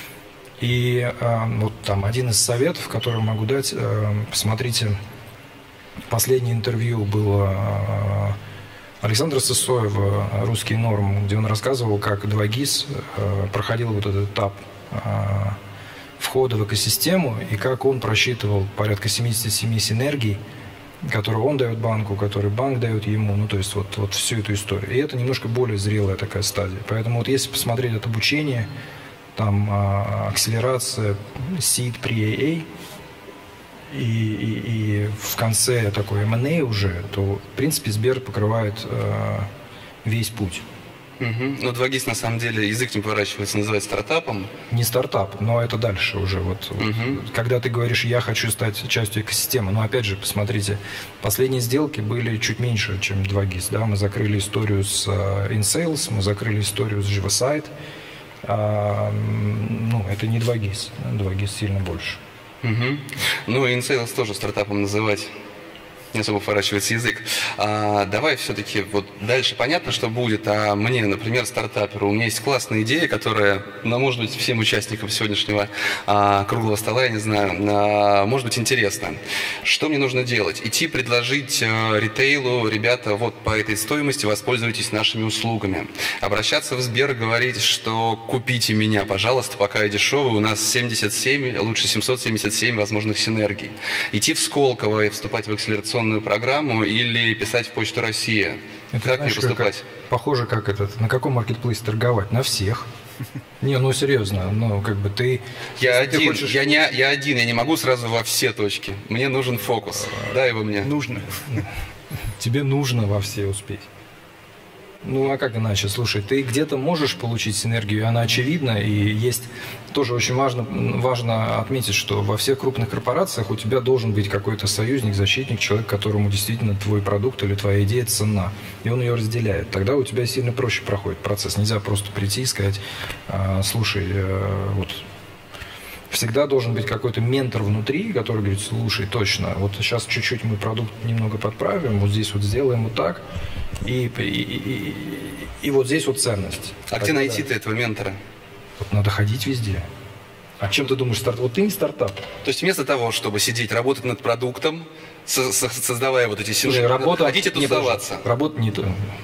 И э, вот там один из советов, который могу дать, э, посмотрите, последнее интервью было э, Александра Сысоева «Русский норм», где он рассказывал, как два гис э, проходил вот этот этап э, входа в экосистему, и как он просчитывал порядка семьдесят семь синергий, который он дает банку, который банк дает ему, ну, то есть вот, вот всю эту историю. И это немножко более зрелая такая стадия. Поэтому вот если посмотреть от обучения, там а, акселерация, сид, при-эй эй, и, и, и в конце такой эм энд эй уже, то, в принципе, Сбер покрывает а, весь путь. Угу. Ну, два гис на самом деле язык не поворачивается, называть стартапом. Не стартап, но это дальше уже. Вот, угу. вот, когда ты говоришь, я хочу стать частью экосистемы, но опять же, посмотрите, последние сделки были чуть меньше, чем два гис. Да? Мы закрыли историю с uh, InSales, мы закрыли историю с Живосайт. А, ну, это не два гис, два гис сильно больше. Угу. Ну, InSales тоже стартапом называть не особо поворачивается язык. А, давай все-таки вот дальше понятно, что будет. А мне, например, стартаперу, у меня есть классная идея, которая, ну, может быть, всем участникам сегодняшнего а, круглого стола, я не знаю, а, может быть интересно. Что мне нужно делать? Идти предложить а, ритейлу, ребята, вот по этой стоимости воспользуйтесь нашими услугами. Обращаться в Сбер, говорить, что купите меня, пожалуйста, пока я дешевый, у нас семьдесят семь, лучше семьсот семьдесят семь возможных синергий. Идти в Сколково и вступать в акселерационную программу или писать в Почту России. Это, как знаешь, мне поступать? Как, похоже, как этот, на каком маркетплейсе торговать? На всех. Не, ну серьезно, ну как бы ты... Я один, ты хочешь... я, не, я один, я не могу сразу во все точки. Мне нужен фокус. Дай его мне. Нужно. Тебе нужно во все успеть. Ну, а как иначе? Слушай, ты где-то можешь получить синергию, она очевидна, и есть тоже очень важно, важно отметить, что во всех крупных корпорациях у тебя должен быть какой-то союзник, защитник, человек, которому действительно твой продукт или твоя идея ценна, и он ее разделяет. Тогда у тебя сильно проще проходит процесс. Нельзя просто прийти и сказать, слушай, вот... Всегда должен быть какой-то ментор внутри, который говорит, слушай, точно, вот сейчас чуть-чуть мы продукт немного подправим, вот здесь вот сделаем вот так, и, и, и, и, и вот здесь вот ценность. А так, где найти-то этого ментора? Вот надо ходить везде. А чем ты думаешь, старт? Вот ты не стартап. То есть вместо того, чтобы сидеть, работать над продуктом, со- со- создавая вот эти синергии, работа, ходите тусоваться. Не, работа не то.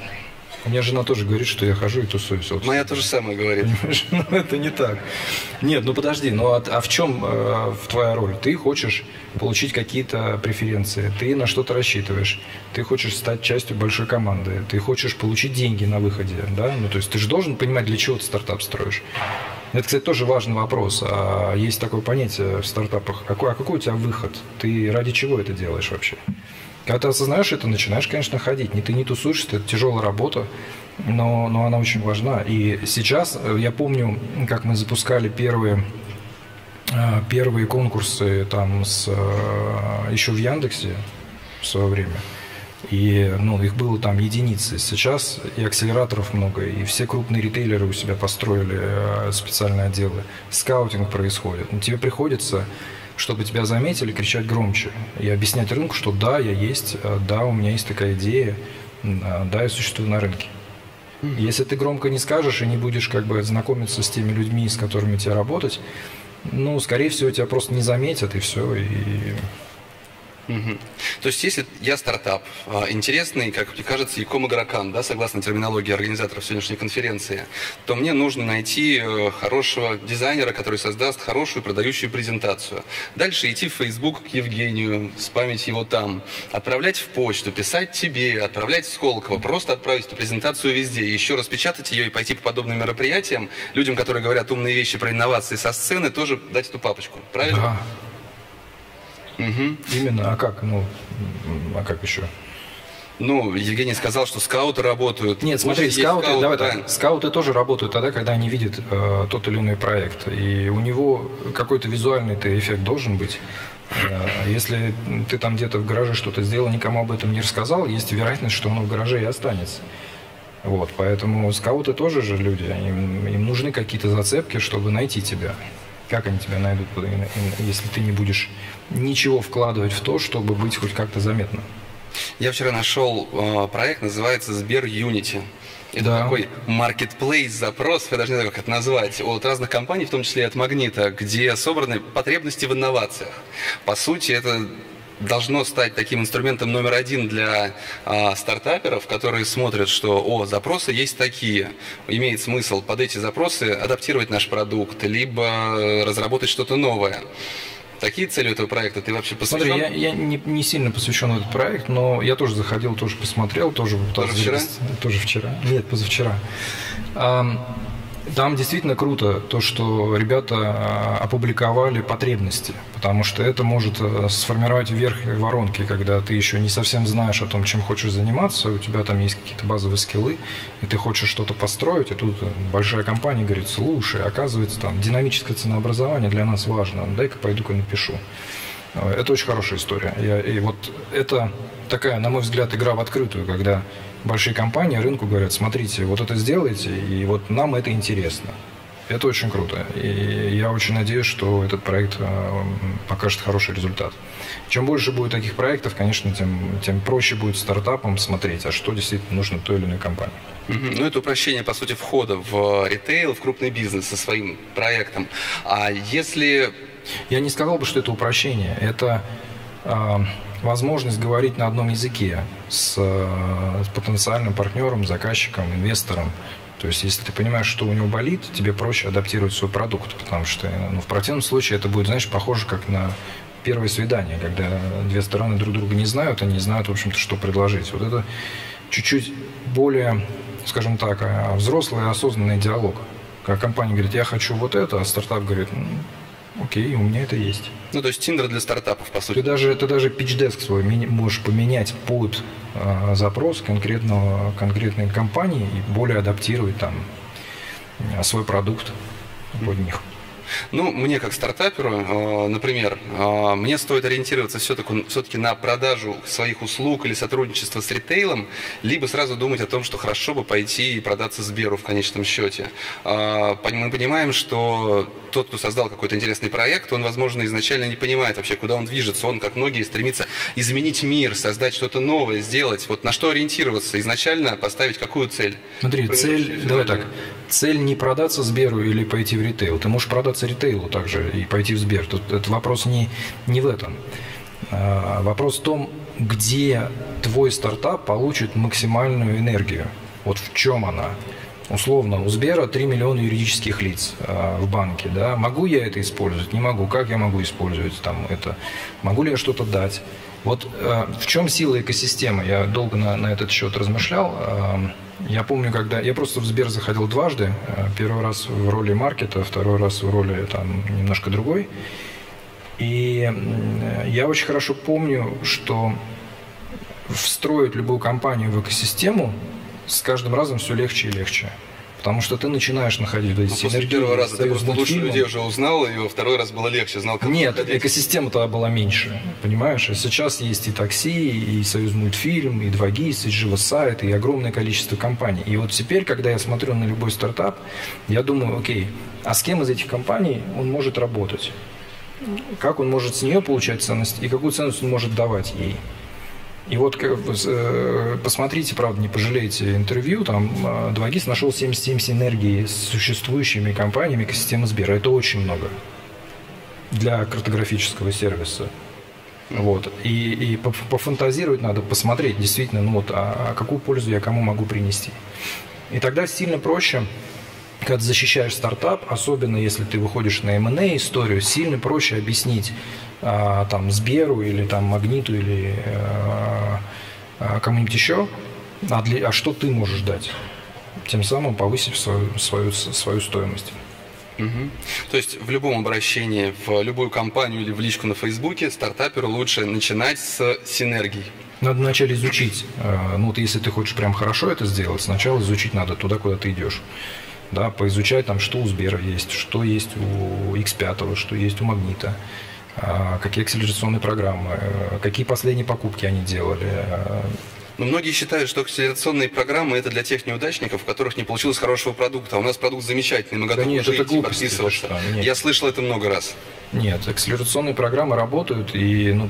У меня жена тоже говорит, что я хожу и тусуюсь. Вот. Моя то же самое говорит. Понимаешь? Ну, это не так. Нет, ну подожди, ну а, а в чем э, твоя роль? Ты хочешь получить какие-то преференции, ты на что-то рассчитываешь, ты хочешь стать частью большой команды, ты хочешь получить деньги на выходе, да? Ну, то есть ты же должен понимать, для чего ты стартап строишь. Это, кстати, тоже важный вопрос. А есть такое понятие в стартапах. Какой, а какой у тебя выход? Ты ради чего это делаешь вообще? Когда ты осознаешь это, начинаешь, конечно, ходить. Не ты не тусуешься, это тяжелая работа, но, но она очень важна. И сейчас, я помню, как мы запускали первые, первые конкурсы там с, еще в Яндексе в свое время. И ну, их было там единицы. Сейчас и акселераторов много, и все крупные ритейлеры у себя построили специальные отделы. Скаутинг происходит. Но тебе приходится, чтобы тебя заметили, кричать громче и объяснять рынку, что да, я есть, да, у меня есть такая идея, да, я существую на рынке. Если ты громко не скажешь и не будешь как бы знакомиться с теми людьми, с которыми тебе работать, ну, скорее всего, тебя просто не заметят, и все, и Угу. То есть, если я стартап, интересный, как мне кажется, e-com игрокам, да, согласно терминологии организаторов сегодняшней конференции, то мне нужно найти хорошего дизайнера, который создаст хорошую продающую презентацию. Дальше идти в Facebook к Евгению, спамить его там, отправлять в почту, писать тебе, отправлять в Сколково, просто отправить эту презентацию везде, еще распечатать ее и пойти по подобным мероприятиям, людям, которые говорят умные вещи про инновации со сцены, тоже дать эту папочку. Правильно? Да. Угу. Именно, а как, ну, а как еще? Ну, Евгений сказал, что скауты работают. Нет, смотри, Может, скауты, скауты, давай правильно? так, скауты тоже работают тогда, когда они видят э, тот или иной проект. И у него какой-то визуальный-то эффект должен быть. Э, если ты там где-то в гараже что-то сделал, никому об этом не рассказал, есть вероятность, что оно в гараже и останется. Вот, поэтому скауты тоже же люди, им, им нужны какие-то зацепки, чтобы найти тебя. Как они тебя найдут, если ты не будешь ничего вкладывать в то, чтобы быть хоть как-то заметным? Я вчера нашел э, проект, называется Сбер Unity. Это да. такой marketplace запрос, я даже не знаю, как это назвать, от разных компаний, в том числе и от Магнита, где собраны потребности в инновациях. По сути, это должно стать таким инструментом номер один для а, стартаперов, которые смотрят, что о, запросы есть такие, имеет смысл под эти запросы адаптировать наш продукт, либо разработать что-то новое. Такие цели этого проекта ты вообще посвящен? Смотри, я, я не, не сильно посвящен в этот проект, но я тоже заходил, тоже посмотрел, тоже... Тоже вчера? Тоже вчера. Нет, позавчера. Там действительно круто то, что ребята опубликовали потребности, потому что это может сформировать вверх воронки, когда ты еще не совсем знаешь о том, чем хочешь заниматься, у тебя там есть какие-то базовые скиллы, и ты хочешь что-то построить, и тут большая компания говорит, слушай, оказывается, там динамическое ценообразование для нас важно, дай-ка пойду-ка напишу. Это очень хорошая история. Я, и вот это такая, на мой взгляд, игра в открытую, когда большие компании рынку говорят, смотрите, вот это сделайте, и вот нам это интересно. Это очень круто. И я очень надеюсь, что этот проект покажет хороший результат. Чем больше будет таких проектов, конечно, тем, тем проще будет стартапам смотреть, а что действительно нужно той или иной компании. Mm-hmm. Ну, это упрощение, по сути, входа в ритейл, в крупный бизнес со своим проектом. А если... Я не сказал бы, что это упрощение. Это э, возможность говорить на одном языке с, с потенциальным партнером, заказчиком, инвестором. То есть, если ты понимаешь, что у него болит, тебе проще адаптировать свой продукт, потому что ну, в противном случае это будет, знаешь, похоже как на первое свидание, когда две стороны друг друга не знают, они не знают, в общем-то, что предложить. Вот это чуть-чуть более, скажем так, взрослый и осознанный диалог. Когда компания говорит, я хочу вот это, а стартап говорит, окей, у меня это есть. Ну, то есть Тиндер для стартапов, по сути. Ты даже, ты даже питч-деск свой можешь поменять под э, запрос конкретного, конкретной компании и более адаптировать там свой продукт под них. Ну, мне как стартаперу, например, мне стоит ориентироваться все-таки, все-таки на продажу своих услуг или сотрудничество с ритейлом, либо сразу думать о том, что хорошо бы пойти и продаться Сберу в конечном счете. Мы понимаем, что тот, кто создал какой-то интересный проект, он, возможно, изначально не понимает вообще, куда он движется. Он, как многие, стремится изменить мир, создать что-то новое, сделать. Вот на что ориентироваться? Изначально поставить какую цель? Смотри, Например, цель, давай так, цель не продаться Сберу или пойти в ритейл. Ты можешь продаться ритейлу также и пойти в Сбер. Тут этот вопрос не, не в этом. А, вопрос в том, где твой стартап получит максимальную энергию. Вот в чем она. Условно, у Сбера три миллиона юридических лиц э, в банке. Да? Могу я это использовать? Не могу. Как я могу использовать там, это? Могу ли я что-то дать? Вот э, в чем сила экосистемы? Я долго на, на этот счет размышлял. Э, я помню, когда... Я просто в Сбер заходил дважды. Первый раз в роли маркета, второй раз в роли там, немножко другой. И э, я очень хорошо помню, что встроить любую компанию в экосистему с каждым разом все легче и легче. Потому что ты начинаешь находить эти ну, синергии. После первого раза ты просто лучше людей уже узнал, и во второй раз было легче, знал, как Нет, заходить. Экосистема тогда была меньше, понимаешь? А сейчас есть и такси, и Союзмультфильм, и два гис, и Живосайт, и огромное количество компаний. И вот теперь, когда я смотрю на любой стартап, я думаю, окей, а с кем из этих компаний он может работать? Как он может с нее получать ценность, и какую ценность он может давать ей? И вот посмотрите, правда, не пожалеете интервью, там два гис нашел семьдесят семь синергий с существующими компаниями экосистемы Сбера. Это очень много для картографического сервиса. Вот. И, и пофантазировать надо, посмотреть действительно, ну вот, а, а какую пользу я кому могу принести. И тогда сильно проще, когда ты защищаешь стартап, особенно если ты выходишь на эм энд эй историю, сильно проще объяснить а, там Сберу или там Магниту или а, а, кому-нибудь еще, а, для, а что ты можешь дать, тем самым повысив свою, свою, свою стоимость. Угу. То есть в любом обращении в любую компанию или в личку на Фейсбуке стартаперу лучше начинать с синергий. Надо вначале изучить. Ну вот если ты хочешь прям хорошо это сделать, сначала изучить надо туда, куда ты идешь. Да, поизучать там, что у Сбера есть, что есть у икс пять, что есть у Магнита, какие акселерационные программы, какие последние покупки они делали. Но многие считают, что акселерационные программы – это для тех неудачников, у которых не получилось хорошего продукта. А у нас продукт замечательный, мы готовы да нет, уже это идти подписываться. Я слышал это много раз. Нет, акселерационные программы работают, и, ну,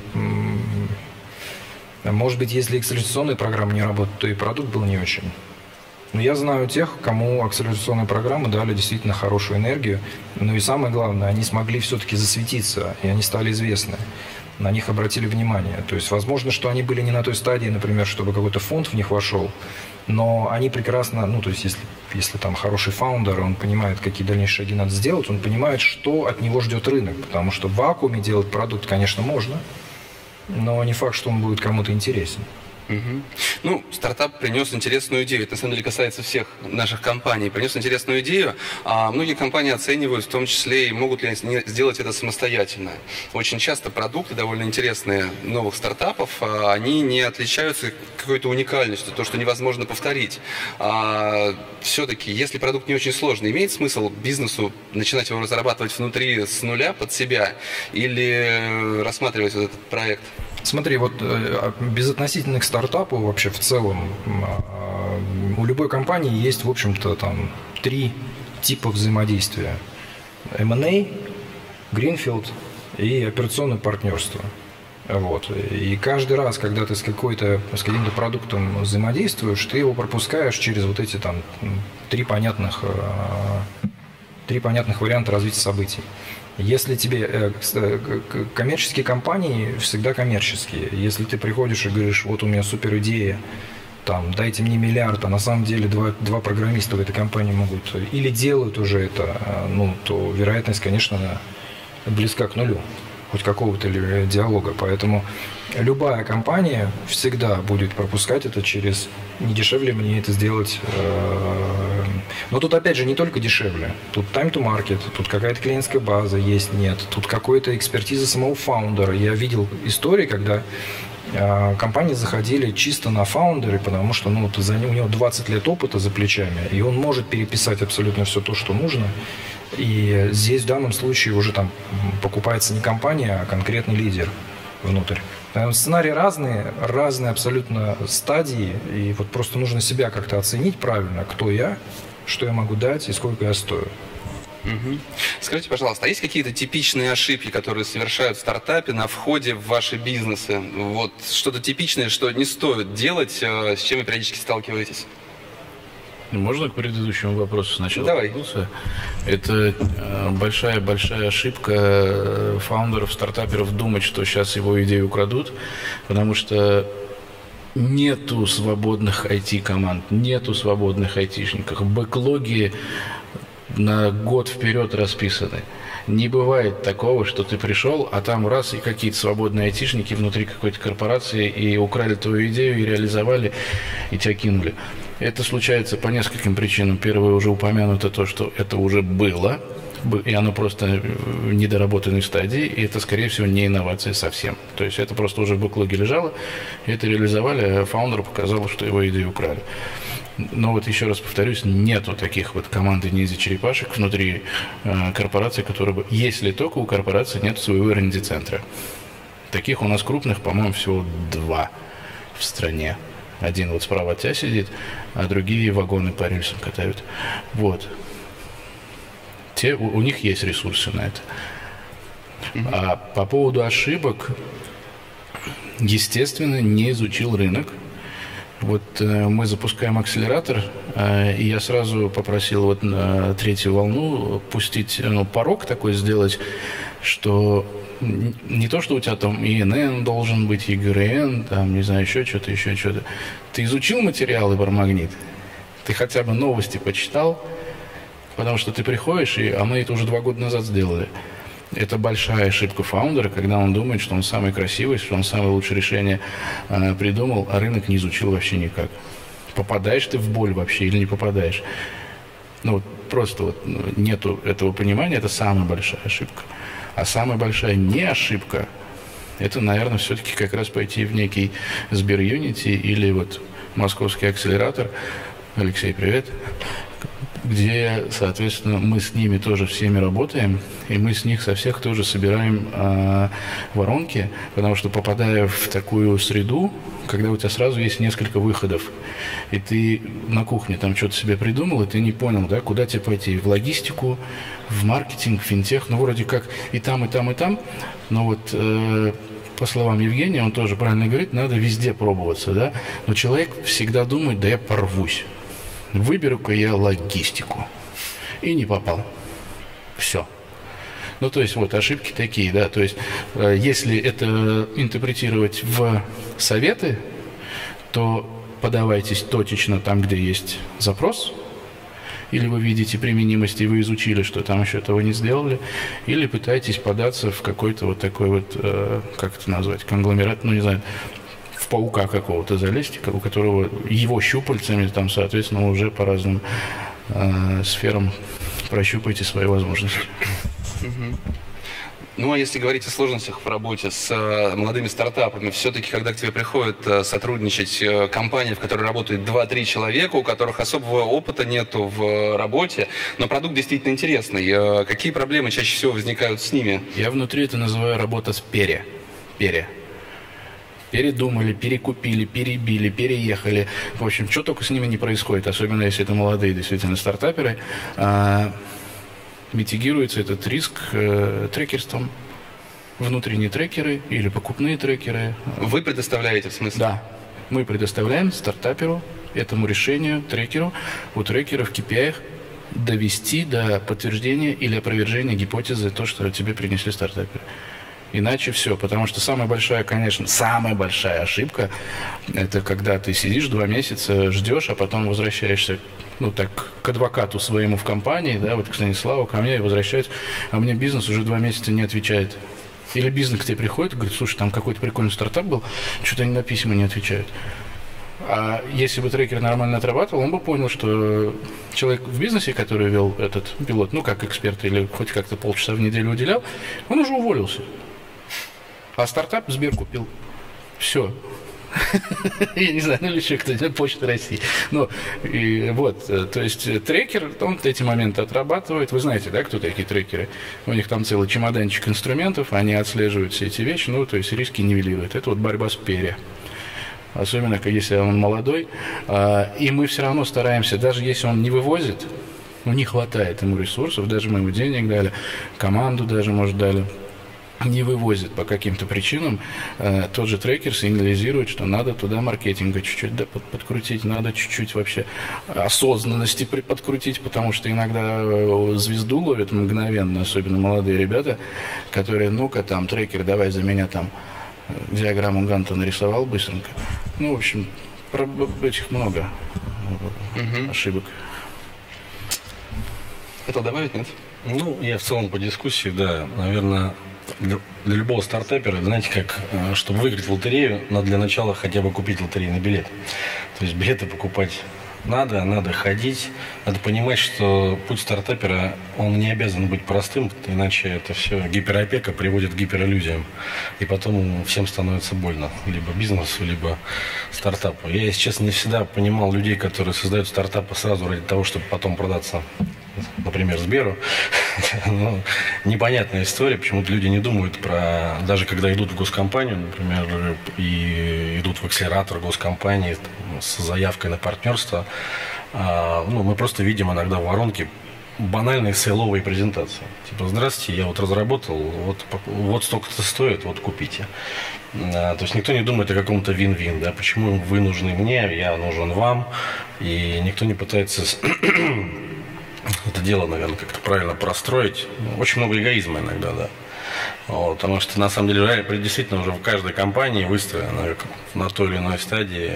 может быть, если акселерационные программы не работают, то и продукт был не очень. Но я знаю тех, кому акселерационные программы дали действительно хорошую энергию. Ну и самое главное, они смогли все-таки засветиться, и они стали известны. На них обратили внимание. То есть, возможно, что они были не на той стадии, например, чтобы какой-то фонд в них вошел, но они прекрасно, ну, то есть, если, если там хороший фаундер, он понимает, какие дальнейшие шаги надо сделать, он понимает, что от него ждет рынок, потому что в вакууме делать продукт, конечно, можно, но не факт, что он будет кому-то интересен. Угу. Ну, стартап принес интересную идею. Это, на самом деле, касается всех наших компаний. Принес интересную идею, а многие компании оценивают, в том числе, и могут ли они сделать это самостоятельно. Очень часто продукты, довольно интересные новых стартапов, они не отличаются какой-то уникальностью, то, что невозможно повторить. А все-таки, если продукт не очень сложный, имеет смысл бизнесу начинать его разрабатывать внутри с нуля под себя или рассматривать вот этот проект? Смотри, вот безотносительно к стартапу вообще в целом у любой компании есть, в общем-то, там три типа взаимодействия. эм энд эй, Greenfield и операционное партнерство. Вот. И каждый раз, когда ты с, какой-то, с каким-то продуктом взаимодействуешь, ты его пропускаешь через вот эти там три понятных, три понятных варианта развития событий. Если тебе коммерческие компании всегда коммерческие. Если ты приходишь и говоришь, вот у меня супер идея, там, дайте мне миллиард, а на самом деле два, два программиста в этой компании могут или делают уже это, ну, то вероятность, конечно, близка к нулю, хоть какого-то диалога. Поэтому любая компания всегда будет пропускать это через не дешевле мне это сделать. Но тут опять же не только дешевле. Тут time to market, тут какая-то клиентская база есть, нет. Тут какая-то экспертиза самого фаундера. Я видел истории, когда компании заходили чисто на фаундеры, потому что ну, у него двадцать лет опыта за плечами, и он может переписать абсолютно все то, что нужно. И здесь в данном случае уже там покупается не компания, а конкретный лидер внутрь. Сценарии разные, разные абсолютно стадии, и вот просто нужно себя как-то оценить правильно, кто я, что я могу дать и сколько я стою. Угу. Скажите, пожалуйста, а есть какие-то типичные ошибки, которые совершают в стартапе на входе в ваши бизнесы? Вот что-то типичное, что не стоит делать, с чем вы периодически сталкиваетесь? Можно к предыдущему вопросу сначала? Давай. Это большая-большая ошибка фаундеров, стартаперов думать, что сейчас его идею украдут, потому что нету свободных ай ти-команд, нету свободных айтишников. Бэклоги на год вперед расписаны. Не бывает такого, что ты пришел, а там раз и какие-то свободные айтишники внутри какой-то корпорации и украли твою идею, и реализовали, и тебя кинули. Это случается по нескольким причинам. Первое, уже упомянуто то, что это уже было, и оно просто в недоработанной стадии, и это, скорее всего, не инновация совсем. То есть это просто уже в бэклоге лежало, и это реализовали, а фаундеру показалось, что его идею украли. Но вот еще раз повторюсь, нету таких вот команд и ниндзя-черепашек внутри э, корпорации, которые бы... Если только у корпорации нет своего эр энд ди-центра. Таких у нас крупных, по-моему, всего два в стране. Один вот справа от тебя сидит, а другие вагоны по рельсам катают. Вот. Те, у, у них есть ресурсы на это. Mm-hmm. А по поводу ошибок, естественно, не изучил рынок. Вот э, мы запускаем акселератор, э, и я сразу попросил вот на третью волну пустить, ну, порог такой сделать, что не то, что у тебя там И Эн Эн должен быть, И Гэ Эр Эн, там, не знаю, еще что-то, еще что-то. Ты изучил материалы про магнит? Ты хотя бы новости почитал? Потому что ты приходишь, и, а мы это уже два года назад сделали. Это большая ошибка фаундера, когда он думает, что он самый красивый, что он самое лучшее решение э, придумал, а рынок не изучил вообще никак. Попадаешь ты в боль вообще или не попадаешь? Ну, вот просто вот нету этого понимания, это самая большая ошибка. А самая большая не ошибка, это, наверное, все-таки как раз пойти в некий Сбер-Юнити или вот московский акселератор. Алексей, привет. Где, соответственно, мы с ними тоже всеми работаем, и мы с них со всех тоже собираем э, воронки, потому что, попадая в такую среду, когда у тебя сразу есть несколько выходов, и ты на кухне там что-то себе придумал, и ты не понял, да, куда тебе пойти, в логистику, в маркетинг, в финтех, ну, вроде как и там, и там, и там, но вот... Э, по словам Евгения, он тоже правильно говорит, надо везде пробоваться, да, но человек всегда думает, да я порвусь. Выберу-ка я логистику. И не попал. Все. Ну, то есть, вот, ошибки такие, да. То есть, э, если это интерпретировать в советы, то подавайтесь точечно там, где есть запрос, или вы видите применимость, и вы изучили, что там еще этого не сделали, или пытайтесь податься в какой-то вот такой вот, э, как это назвать, конгломерат, ну, не знаю, в паука какого-то залезть, у которого его щупальцами там, соответственно, уже по разным э, сферам прощупайте свои возможности. Mm-hmm. Ну, а если говорить о сложностях в работе с э, молодыми стартапами, все-таки, когда к тебе приходит э, сотрудничать э, компания, в которой работает два-три человека, у которых особого опыта нету в э, работе, но продукт действительно интересный, э, какие проблемы чаще всего возникают с ними? Я внутри это называю работа с пере. Пере. Передумали, перекупили, перебили, переехали. В общем, что только с ними не происходит, особенно если это молодые действительно стартаперы. А, митигируется этот риск э, трекерством. Внутренние трекеры или покупные трекеры. Вы предоставляете, в смысле? Да. Мы предоставляем стартаперу, этому решению, трекеру, у трекера в кей пи ай довести до подтверждения или опровержения гипотезы то, что тебе принесли стартаперы. Иначе все, потому что самая большая, конечно, самая большая ошибка, это когда ты сидишь два месяца, ждешь, а потом возвращаешься, ну так, к адвокату своему в компании, да, вот к Станиславу, ко мне, и возвращаюсь, а мне бизнес уже два месяца не отвечает. Или бизнес к тебе приходит и говорит, слушай, там какой-то прикольный стартап был, что-то они на письма не отвечают. А если бы трекер нормально отрабатывал, он бы понял, что человек в бизнесе, который вел этот пилот, ну как эксперт или хоть как-то полчаса в неделю уделял, он уже уволился. А стартап Сбер купил. Все. Я не знаю, ну или еще кто-нибудь, Почта России. Ну, и вот, то есть трекер, он эти моменты отрабатывает. Вы знаете, да, кто такие трекеры? У них там целый чемоданчик инструментов, они отслеживают все эти вещи, ну, то есть риски нивелируют. Это вот борьба с перья. Особенно, если он молодой. И мы все равно стараемся, даже если он не вывозит, ну, не хватает ему ресурсов, даже мы ему денег дали, команду даже, может, дали, не вывозит по каким-то причинам, э, тот же трекер сигнализирует, что надо туда маркетинга чуть-чуть да, под, подкрутить, надо чуть-чуть вообще осознанности при, подкрутить, потому что иногда звезду ловят мгновенно, особенно молодые ребята, которые, ну-ка там, трекер, давай за меня там диаграмму Ганта нарисовал быстренько. Ну, в общем, про этих много угу. ошибок. Хотел добавить, нет? Ну, я в целом по дискуссии, да, наверное, Для, для любого стартапера, знаете, как, чтобы выиграть в лотерею, надо для начала хотя бы купить лотерейный билет. То есть билеты покупать надо, надо ходить, надо понимать, что путь стартапера, он не обязан быть простым, иначе это все гиперопека приводит к гипериллюзиям. И потом всем становится больно, либо бизнесу, либо стартапу. Я, если честно, не всегда понимал людей, которые создают стартапы сразу ради того, чтобы потом продаться, например, Сберу. Ну, непонятная история, почему-то люди не думают про... Даже когда идут в госкомпанию, например, и идут в акселератор госкомпании там, с заявкой на партнерство, а, ну, мы просто видим иногда в воронке банальные сейловые презентации. Типа, здравствуйте, я вот разработал, вот, вот столько-то стоит, вот купите. А, то есть никто не думает о каком-то вин-вин, да, почему вы нужны мне, я нужен вам, и никто не пытается это дело, наверное, как-то правильно простроить. Очень много эгоизма иногда, да. Вот, потому что на самом деле действительно уже в каждой компании выстроена на той или иной стадии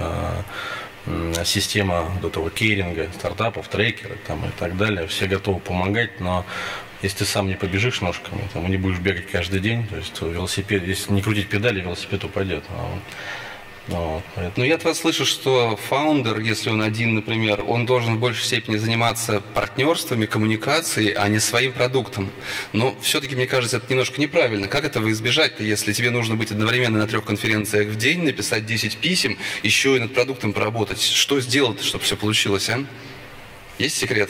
э, система вот этого кейринга, стартапов, трекеры там, и так далее. Все готовы помогать, но если ты сам не побежишь ножками, там, и не будешь бегать каждый день, то есть велосипед, если не крутить педали, велосипед упадет. А вот, Но, Но я от вас слышу, что фаундер, если он один, например, он должен в большей степени заниматься партнерствами, коммуникацией, а не своим продуктом. Но все-таки, мне кажется, это немножко неправильно. Как этого избежать-то, если тебе нужно быть одновременно на трех конференциях в день, написать десять писем, еще и над продуктом поработать? Что сделать, чтобы все получилось, а? Есть секрет?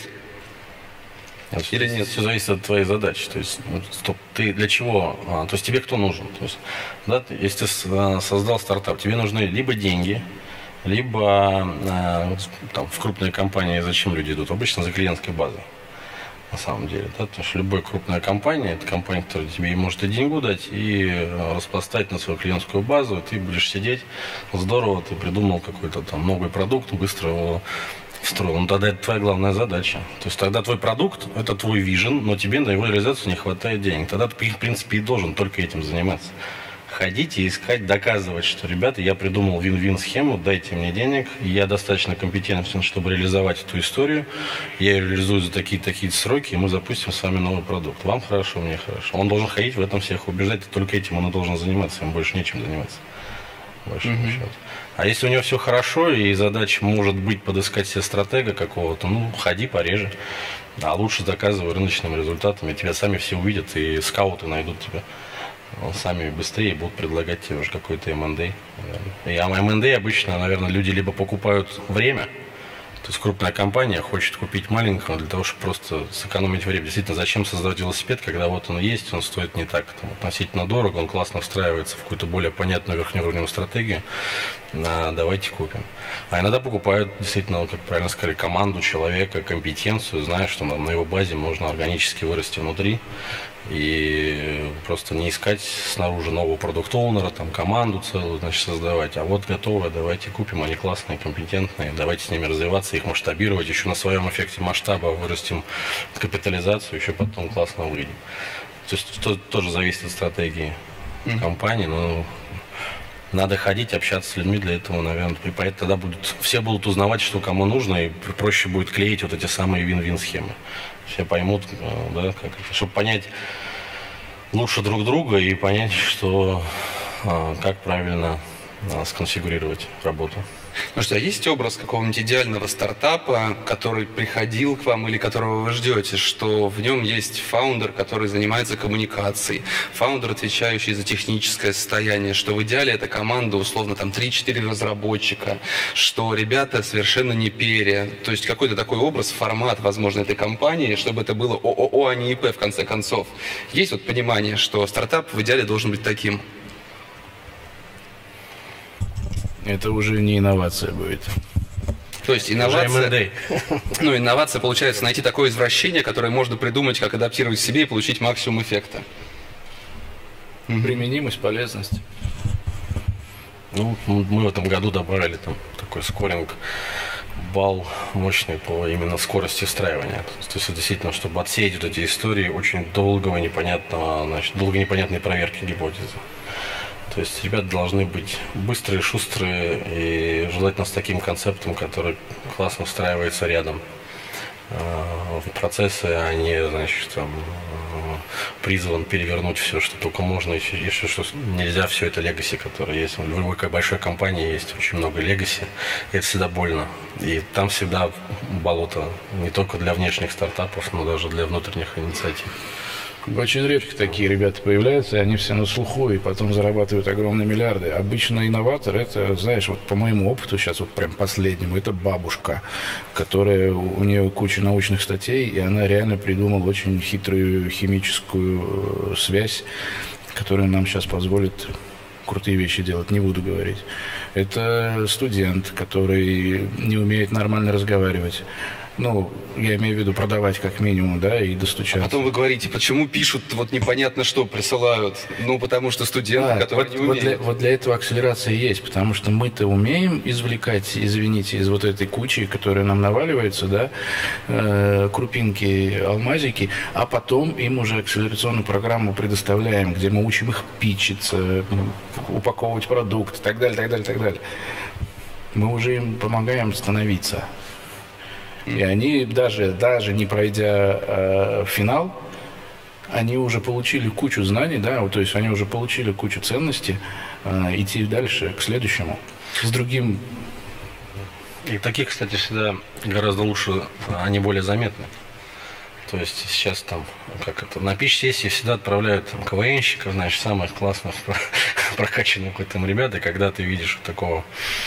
Или нет? Все зависит от твоей задачи. То есть, стоп, ты для чего? А, то есть тебе кто нужен? То есть, да, ты, если ты создал стартап, тебе нужны либо деньги, либо а, там, в крупные компании зачем люди идут? Обычно за клиентской базой. На самом деле, да, потому что любая крупная компания, это компания, которая тебе может и деньгу дать, и распластать на свою клиентскую базу, и ты будешь сидеть, здорово, ты придумал какой-то там новый продукт, быстро его встроил. Ну, тогда это твоя главная задача. То есть тогда твой продукт, это твой вижен, но тебе на его реализацию не хватает денег. Тогда ты, в принципе, и должен только этим заниматься. Ходить и искать, доказывать, что, ребята, я придумал вин-вин схему, дайте мне денег, я достаточно компетентен, чтобы реализовать эту историю, я ее реализую за такие-такие сроки, и мы запустим с вами новый продукт. Вам хорошо, мне хорошо. Он должен ходить в этом всех убеждать, и только этим он и должен заниматься, ему больше нечем заниматься. Больше mm-hmm. А если у него все хорошо, и задача может быть подыскать себе стратега какого-то, ну, ходи пореже. А лучше заказывай рыночными результатами, тебя сами все увидят, и скауты найдут тебя. Сами быстрее будут предлагать тебе уже какой-то эм энд эй. И эм энд эй обычно, наверное, люди либо покупают время, то есть крупная компания хочет купить маленького для того, чтобы просто сэкономить время. Действительно, зачем создавать велосипед, когда вот он есть, он стоит не так там, относительно дорого, он классно встраивается в какую-то более понятную верхнеуровневую стратегию. А, давайте купим. А иногда покупают действительно, как правильно сказали, команду человека, компетенцию, зная, что на, на его базе можно органически вырасти внутри. И просто не искать снаружи нового продукт-оунера, там команду целую, значит, создавать. А вот готовые, давайте купим, они классные, компетентные, давайте с ними развиваться, их масштабировать, еще на своем эффекте масштаба вырастим капитализацию, еще потом классно выйдем. То есть то, тоже зависит от стратегии mm-hmm. компании, но надо ходить, общаться с людьми для этого, наверное, и поэтому тогда будут, все будут узнавать, что кому нужно, и проще будет клеить вот эти самые вин-вин схемы. Все поймут, да, как это, чтобы понять лучше друг друга и понять, что, как правильно сконфигурировать работу. Ну что, а есть образ какого-нибудь идеального стартапа, который приходил к вам или которого вы ждете, что в нем есть фаундер, который занимается коммуникацией, фаундер, отвечающий за техническое состояние, что в идеале эта команда условно там три-четыре разработчика, что ребята совершенно не перья, то есть какой-то такой образ, формат, возможно, этой компании, чтобы это было ООО, а не ИП в конце концов. Есть вот понимание, что стартап в идеале должен быть таким? Это уже не инновация будет. То есть инновация, ну, инновация получается найти такое извращение, которое можно придумать, как адаптировать себе и получить максимум эффекта. Применимость, полезность. Ну, мы в этом году добавили там такой скоринг, балл мощный по именно скорости встраивания. То есть действительно, чтобы отсеять вот эти истории очень долгого непонятного, значит, долго непонятной проверки гипотезы. То есть ребята должны быть быстрые, шустрые и желательно с таким концептом, который классно встраивается рядом в процессы, а не, значит, там, призван перевернуть все, что только можно, и все, что нельзя, все это легаси, которое есть. В любой большой компании есть очень много легаси, и это всегда больно. И там всегда болото не только для внешних стартапов, но даже для внутренних инициатив. Очень редко такие ребята появляются, и они все на слуху, и потом зарабатывают огромные миллиарды. Обычно инноватор, это, знаешь, вот по моему опыту, сейчас вот прям последнему, это бабушка, которая, у нее куча научных статей, и она реально придумала очень хитрую химическую связь, которая нам сейчас позволит крутые вещи делать, не буду говорить. Это студент, который не умеет нормально разговаривать. Ну, я имею в виду продавать как минимум, да, и достучаться. А потом вы говорите, почему пишут, вот непонятно что присылают. Ну, потому что студенты, а, которые вот, не умеют. Вот для, вот для этого акселерация есть, потому что мы-то умеем извлекать, извините, из вот этой кучи, которая нам наваливается, да, э, крупинки, алмазики, а потом им уже акселерационную программу предоставляем, где мы учим их питчиться, упаковывать продукт и так далее, так далее, так далее. Мы уже им помогаем становиться. И они, даже, даже не пройдя э, финал, они уже получили кучу знаний, да, вот, то есть они уже получили кучу ценностей, э, идти дальше к следующему, с другим. И таких, кстати, всегда гораздо лучше, они более заметны. То есть сейчас там, как это, на пич-сессии всегда отправляют там КВНщиков, значит, самых классных, прокачанных там ребят, и когда ты видишь такого,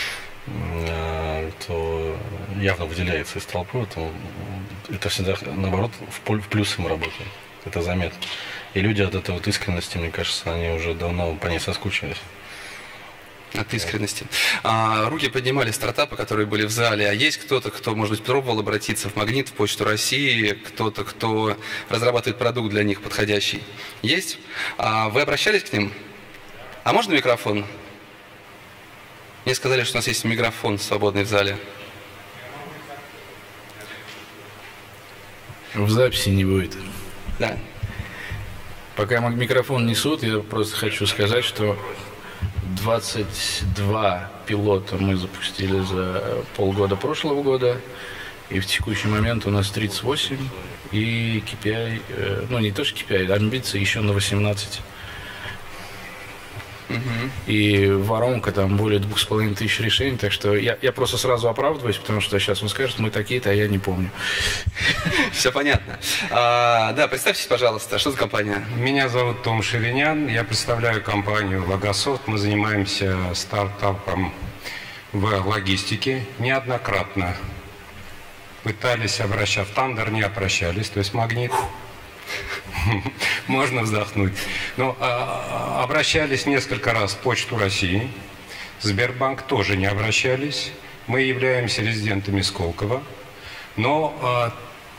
то явно выделяется из толпы, то это всегда, наоборот, в плюс им работает. Это заметно. И люди от этой вот искренности, мне кажется, они уже давно по ней соскучились. От искренности. А, руки поднимали стартапы, которые были в зале. А есть кто-то, кто, может быть, пробовал обратиться в Магнит, в Почту России, кто-то, кто разрабатывает продукт для них подходящий? Есть? А вы обращались к ним? А можно микрофон? Мне сказали, что у нас есть микрофон свободный в зале. В записи не будет. Да. Пока микрофон несут, я просто хочу сказать, что двадцать два пилота мы запустили за полгода прошлого года, и в текущий момент у нас тридцать восемь, и кей пи ай, ну не то что кей пи ай, амбиции еще на восемнадцать. Uh-huh. И воронка там более двух с половиной тысяч решений, так что я, я просто сразу оправдываюсь, потому что сейчас он скажет, мы такие-то, а я не помню. Все понятно. А, да, представьтесь, пожалуйста, что за компания? Меня зовут Том Шевинян, я представляю компанию Logossoft. Мы занимаемся стартапом в логистике. Неоднократно пытались обращаться, в Тандер не обращались, то есть Магнит. Можно вздохнуть. Но а, обращались несколько раз в Почту России. Сбербанк тоже не обращались. Мы являемся резидентами Сколково. Но а,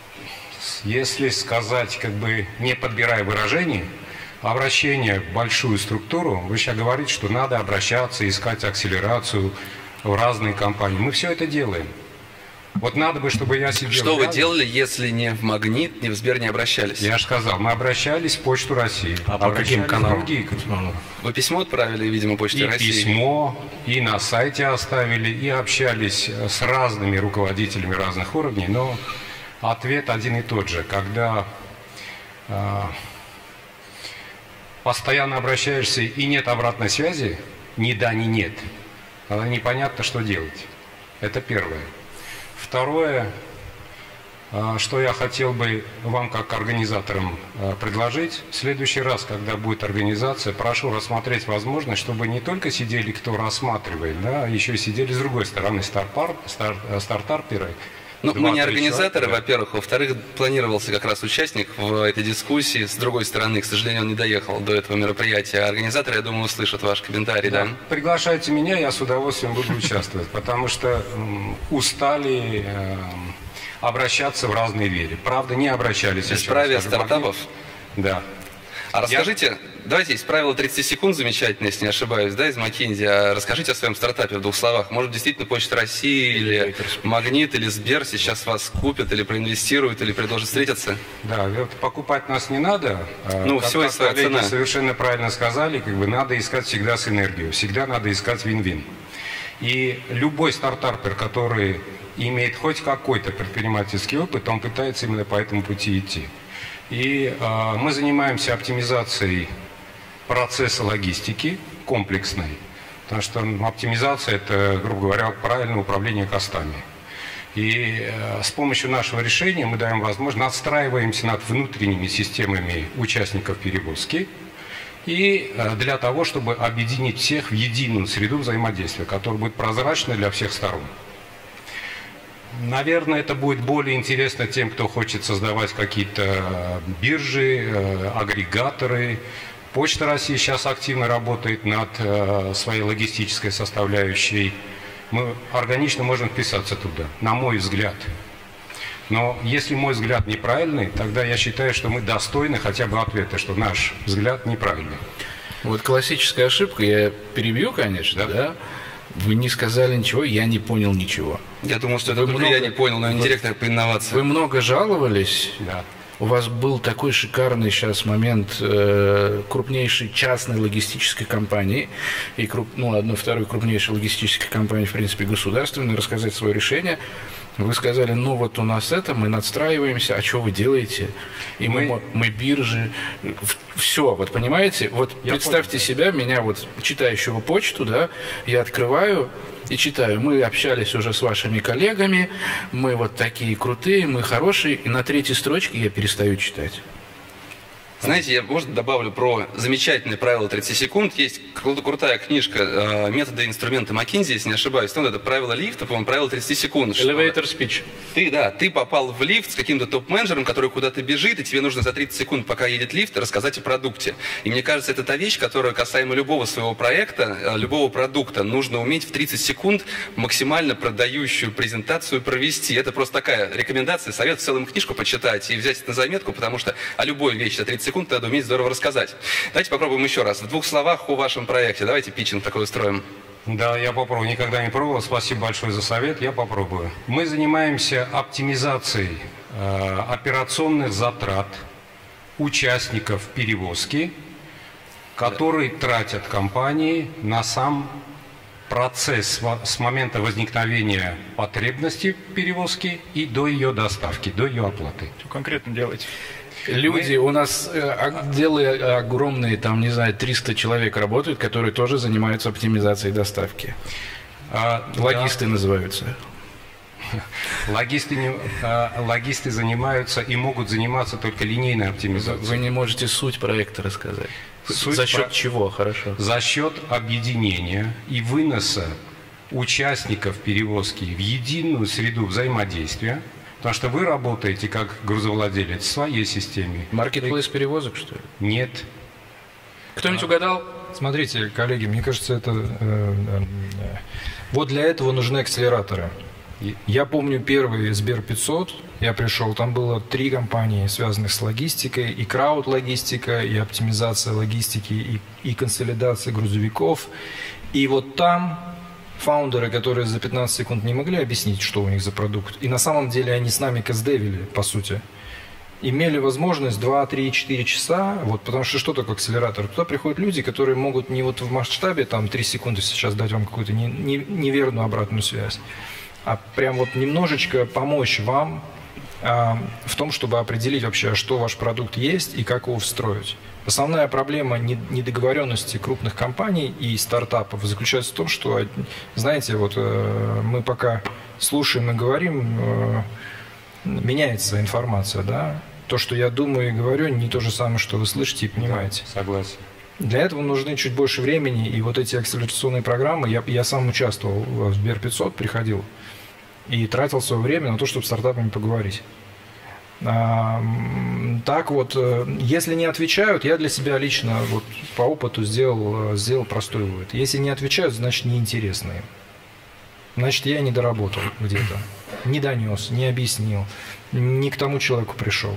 если сказать, как бы не подбирая выражений, обращение в большую структуру, вы сейчас говорите, что надо обращаться, искать акселерацию в разные компании. Мы все это делаем. Вот надо бы, чтобы я сидел. Что рядом. Вы делали, если не в Магнит, не в Сбер не обращались? Я же сказал, мы обращались в Почту России. А по каким каналам? Вы письмо отправили, видимо, Почте и России? И письмо, и на сайте оставили, и общались с разными руководителями разных уровней, но ответ один и тот же. Когда э, постоянно обращаешься и нет обратной связи, ни да, ни нет, тогда непонятно, что делать. Это первое. Второе, что я хотел бы вам как организаторам предложить, в следующий раз, когда будет организация, прошу рассмотреть возможность, чтобы не только сидели, кто рассматривает, да, а еще и сидели с другой стороны стартап, стар, стартаперы. Ну, мы не организаторы, человека. Во-первых. Во-вторых, планировался как раз участник в этой дискуссии. С другой стороны, к сожалению, он не доехал до этого мероприятия. Организаторы, я думаю, услышат ваш комментарий, да? да? Приглашайте меня, я с удовольствием буду участвовать, потому что устали обращаться в разные двери. Правда, не обращались. Бесправие стартапов? Да. А расскажите, я... давайте, есть правило тридцать секунд замечательное, если не ошибаюсь, да, из Маккензи. А расскажите о своем стартапе в двух словах. Может, действительно Почта России или Магнит, или Сбер сейчас вас купят, или проинвестируют, или предложат встретиться? Да, покупать нас не надо. Ну, как, всего есть своя цена. Совершенно правильно сказали, как бы надо искать всегда синергию, всегда надо искать вин-вин. И любой стартапер, который имеет хоть какой-то предпринимательский опыт, он пытается именно по этому пути идти. И э, мы занимаемся оптимизацией процесса логистики комплексной, потому что оптимизация – это, грубо говоря, правильное управление костами. И э, с помощью нашего решения мы даем возможность, надстраиваемся над внутренними системами участников перевозки, и э, для того, чтобы объединить всех в единую среду взаимодействия, которая будет прозрачна для всех сторон. Наверное, это будет более интересно тем, кто хочет создавать какие-то биржи, агрегаторы. Почта России сейчас активно работает над своей логистической составляющей. Мы органично можем вписаться туда, на мой взгляд. Но если мой взгляд неправильный, тогда я считаю, что мы достойны хотя бы ответа, что наш взгляд неправильный. Вот классическая ошибка, я перебью, конечно, да? да? Вы не сказали ничего, я не понял ничего. Я думал, что это Вы только много... я не понял, но не директор по инновациям. Вы много жаловались. Да. У вас был такой шикарный сейчас момент э, крупнейшей частной логистической компании и круп, ну, одной второй крупнейшей логистической компании, в принципе, государственной, рассказать свое решение. Вы сказали, ну вот у нас это, мы надстраиваемся, а что вы делаете? И мы, мы, мы биржи, все, вот понимаете? Вот я представьте понял. себя, меня вот читающего почту, да, я открываю и читаю, мы общались уже с вашими коллегами, мы вот такие крутые, мы хорошие, и на третьей строчке я перестаю читать. Знаете, я, может, добавлю про замечательное правило тридцати секунд. Есть крутая книжка «Методы и инструменты Маккинзи», если не ошибаюсь. Ну, это правило лифта, по-моему, правило тридцати секунд. Elevator speech. Ты, да, ты попал в лифт с каким-то топ-менеджером, который куда-то бежит, и тебе нужно за тридцать секунд, пока едет лифт, рассказать о продукте. И мне кажется, это та вещь, которая касаемо любого своего проекта, любого продукта, нужно уметь в тридцать секунд максимально продающую презентацию провести. Это просто такая рекомендация, совет в целом книжку почитать и взять это на заметку, потому что о любой вещи за тридцать секунд надо уметь здорово рассказать. Давайте попробуем еще раз. В двух словах о вашем проекте. Давайте питчинг такой устроим. Да, я попробую. Никогда не пробовал. Спасибо большое за совет. Я попробую. Мы занимаемся оптимизацией э, операционных затрат участников перевозки, которые тратят компании на сам процесс с момента возникновения потребности перевозки и до ее доставки, до ее оплаты. Что конкретно делаете? Люди, мы... у нас э, отделы огромные, там, не знаю, триста человек работают, которые тоже занимаются оптимизацией доставки. А, Логисты да. называются. Логисты, не, а, логисты занимаются и могут заниматься только линейной оптимизацией. Вы не можете суть проекта рассказать. Суть За счет про... чего? Хорошо. За счет объединения и выноса участников перевозки в единую среду взаимодействия. Потому что вы работаете как грузовладелец в своей системе. Маркетплейс перевозок, что ли? Нет. Кто-нибудь а... угадал? Смотрите, коллеги, мне кажется, это... Э, э, э, вот для этого нужны акселераторы. Я помню первый Сбер пятьсот, я пришел, там было три компании, связанных с логистикой, и крауд-логистика, и оптимизация логистики, и, и консолидация грузовиков. И вот там... фаундеры, которые за пятнадцать секунд не могли объяснить, что у них за продукт, и на самом деле они с нами каздевили, по сути, имели возможность два, три, четыре часа, вот, потому что что такое акселератор? Туда приходят люди, которые могут не вот в масштабе, там, три секунды сейчас дать вам какую-то не, не, неверную обратную связь, а прям вот немножечко помочь вам а, в том, чтобы определить вообще, что ваш продукт есть и как его встроить. Основная проблема недоговоренности крупных компаний и стартапов заключается в том, что, знаете, вот мы пока слушаем и говорим, меняется информация, да? То, что я думаю и говорю, не то же самое, что вы слышите и понимаете. Да, согласен. Для этого нужны чуть больше времени, и вот эти акселерационные программы, я, я сам участвовал в Сбер пятьсот, приходил и тратил свое время на то, чтобы с стартапами поговорить. А, так вот, если не отвечают, я для себя лично вот, по опыту сделал, сделал простой вывод. Если не отвечают, значит неинтересно им. Значит, я не доработал где-то, не донес, не объяснил, не к тому человеку пришел.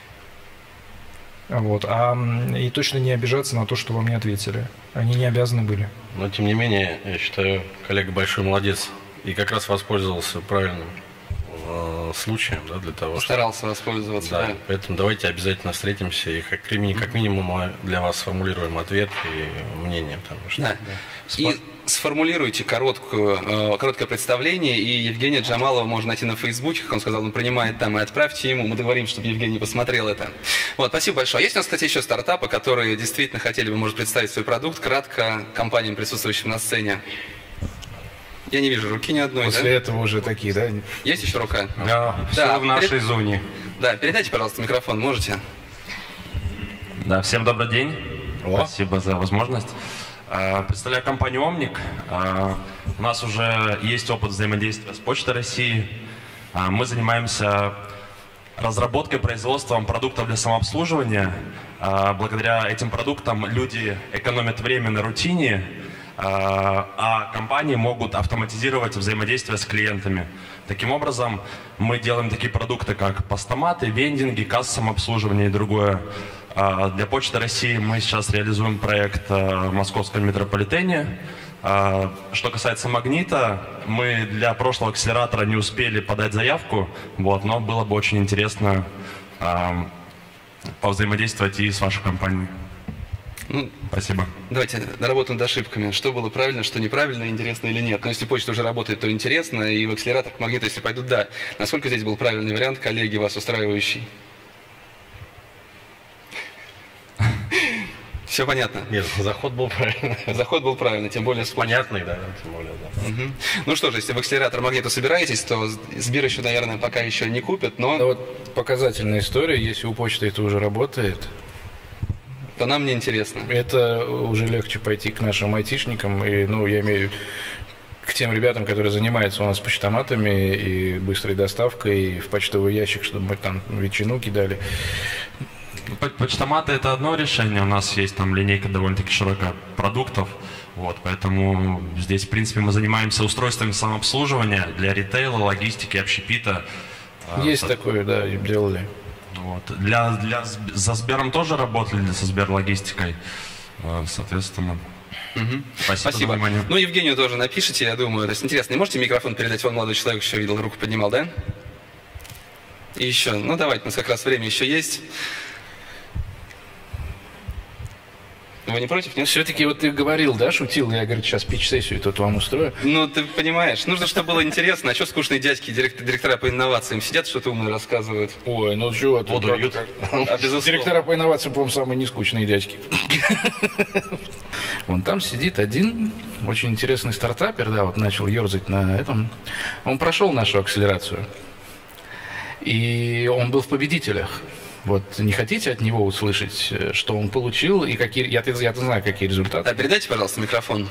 Вот. А, и точно не обижаться на то, что вам не ответили. Они не обязаны были. Но, тем не менее, я считаю, коллега большой молодец и как раз воспользовался правильным случаем, да, для того, старался чтобы... воспользоваться. Да, да. Поэтому давайте обязательно встретимся и как, как минимум мы для вас сформулируем ответ и мнение. Потому что, да. Да. И сформулируйте короткую, короткое представление, и Евгения Джамалова можно найти на Фейсбуке, как он сказал, он принимает там, и отправьте ему, мы договорим, чтобы Евгений посмотрел это. Вот, спасибо большое. Есть у нас, кстати, еще стартапы, которые действительно хотели бы, может, представить свой продукт кратко компаниям, присутствующим на сцене. Я не вижу руки ни одной. После да? этого уже такие, да? Есть еще рука? Да, все да, в нашей перед... зоне. Да, передайте, пожалуйста, микрофон, можете? Да, всем добрый день. О. Спасибо за возможность. Представляю компанию Omnic. У нас уже есть опыт взаимодействия с Почтой России. Мы занимаемся разработкой, производством продуктов для самообслуживания. Благодаря этим продуктам люди экономят время на рутине, а компании могут автоматизировать взаимодействие с клиентами. Таким образом, мы делаем такие продукты, как постаматы, вендинги, касса самообслуживания и другое. Для Почты России мы сейчас реализуем проект в московском метрополитене. Что касается Магнита, мы для прошлого акселератора не успели подать заявку, вот, но было бы очень интересно повзаимодействовать и с вашей компанией. Ну, спасибо. Давайте доработаем над ошибками. Что было правильно, что неправильно, интересно или нет. Но если почта уже работает, то интересно. И в акселератор к Магниту, если пойдут, да. Насколько здесь был правильный вариант, коллеги, вас устраивающий? Все понятно? Нет, заход был правильный. Заход был правильный, тем более... Понятный, да, тем более, да. Угу. Ну что же, если в акселератор Магниту собираетесь, то Сбер еще, наверное, пока еще не купит, но... но вот показательная история, если у почты это уже работает... то нам не интересно. Это уже легче пойти к нашим айтишникам, и, ну, я имею к тем ребятам, которые занимаются у нас почтоматами и быстрой доставкой, и в почтовый ящик, чтобы мы там ветчину кидали. Почтоматы — это одно решение, у нас есть там линейка довольно-таки широкая продуктов, вот, поэтому здесь, в принципе, мы занимаемся устройствами самообслуживания для ритейла, логистики, общепита. Есть такое, да, делали. Вот. Для, для, за Сбером тоже работали, со Сберлогистикой, соответственно. Угу. Спасибо, Спасибо. за внимание. Ну, Евгению тоже напишите, я думаю. То есть интересно, не можете микрофон передать? Вон молодой человек еще видел, руку поднимал, да? И еще, ну давайте, у нас как раз время еще есть. Вы не против, нет? Все-таки вот ты говорил, да, шутил, я, говорю, сейчас пич-сессию тут вам устрою. Ну, ты понимаешь, нужно, чтобы было интересно. А что скучные дядьки, директор, директора по инновациям, сидят, что-то умное рассказывают? Ой, ну чего, воду льют. А, директора по инновациям, по-моему, самые нескучные дядьки. Вон там сидит один очень интересный стартапер, да, вот начал ерзать на этом. Он прошел нашу акселерацию. И он был в победителях. Вот не хотите от него услышать, что он получил и какие... Я-то, я-то знаю, какие результаты. А передайте, пожалуйста, микрофон.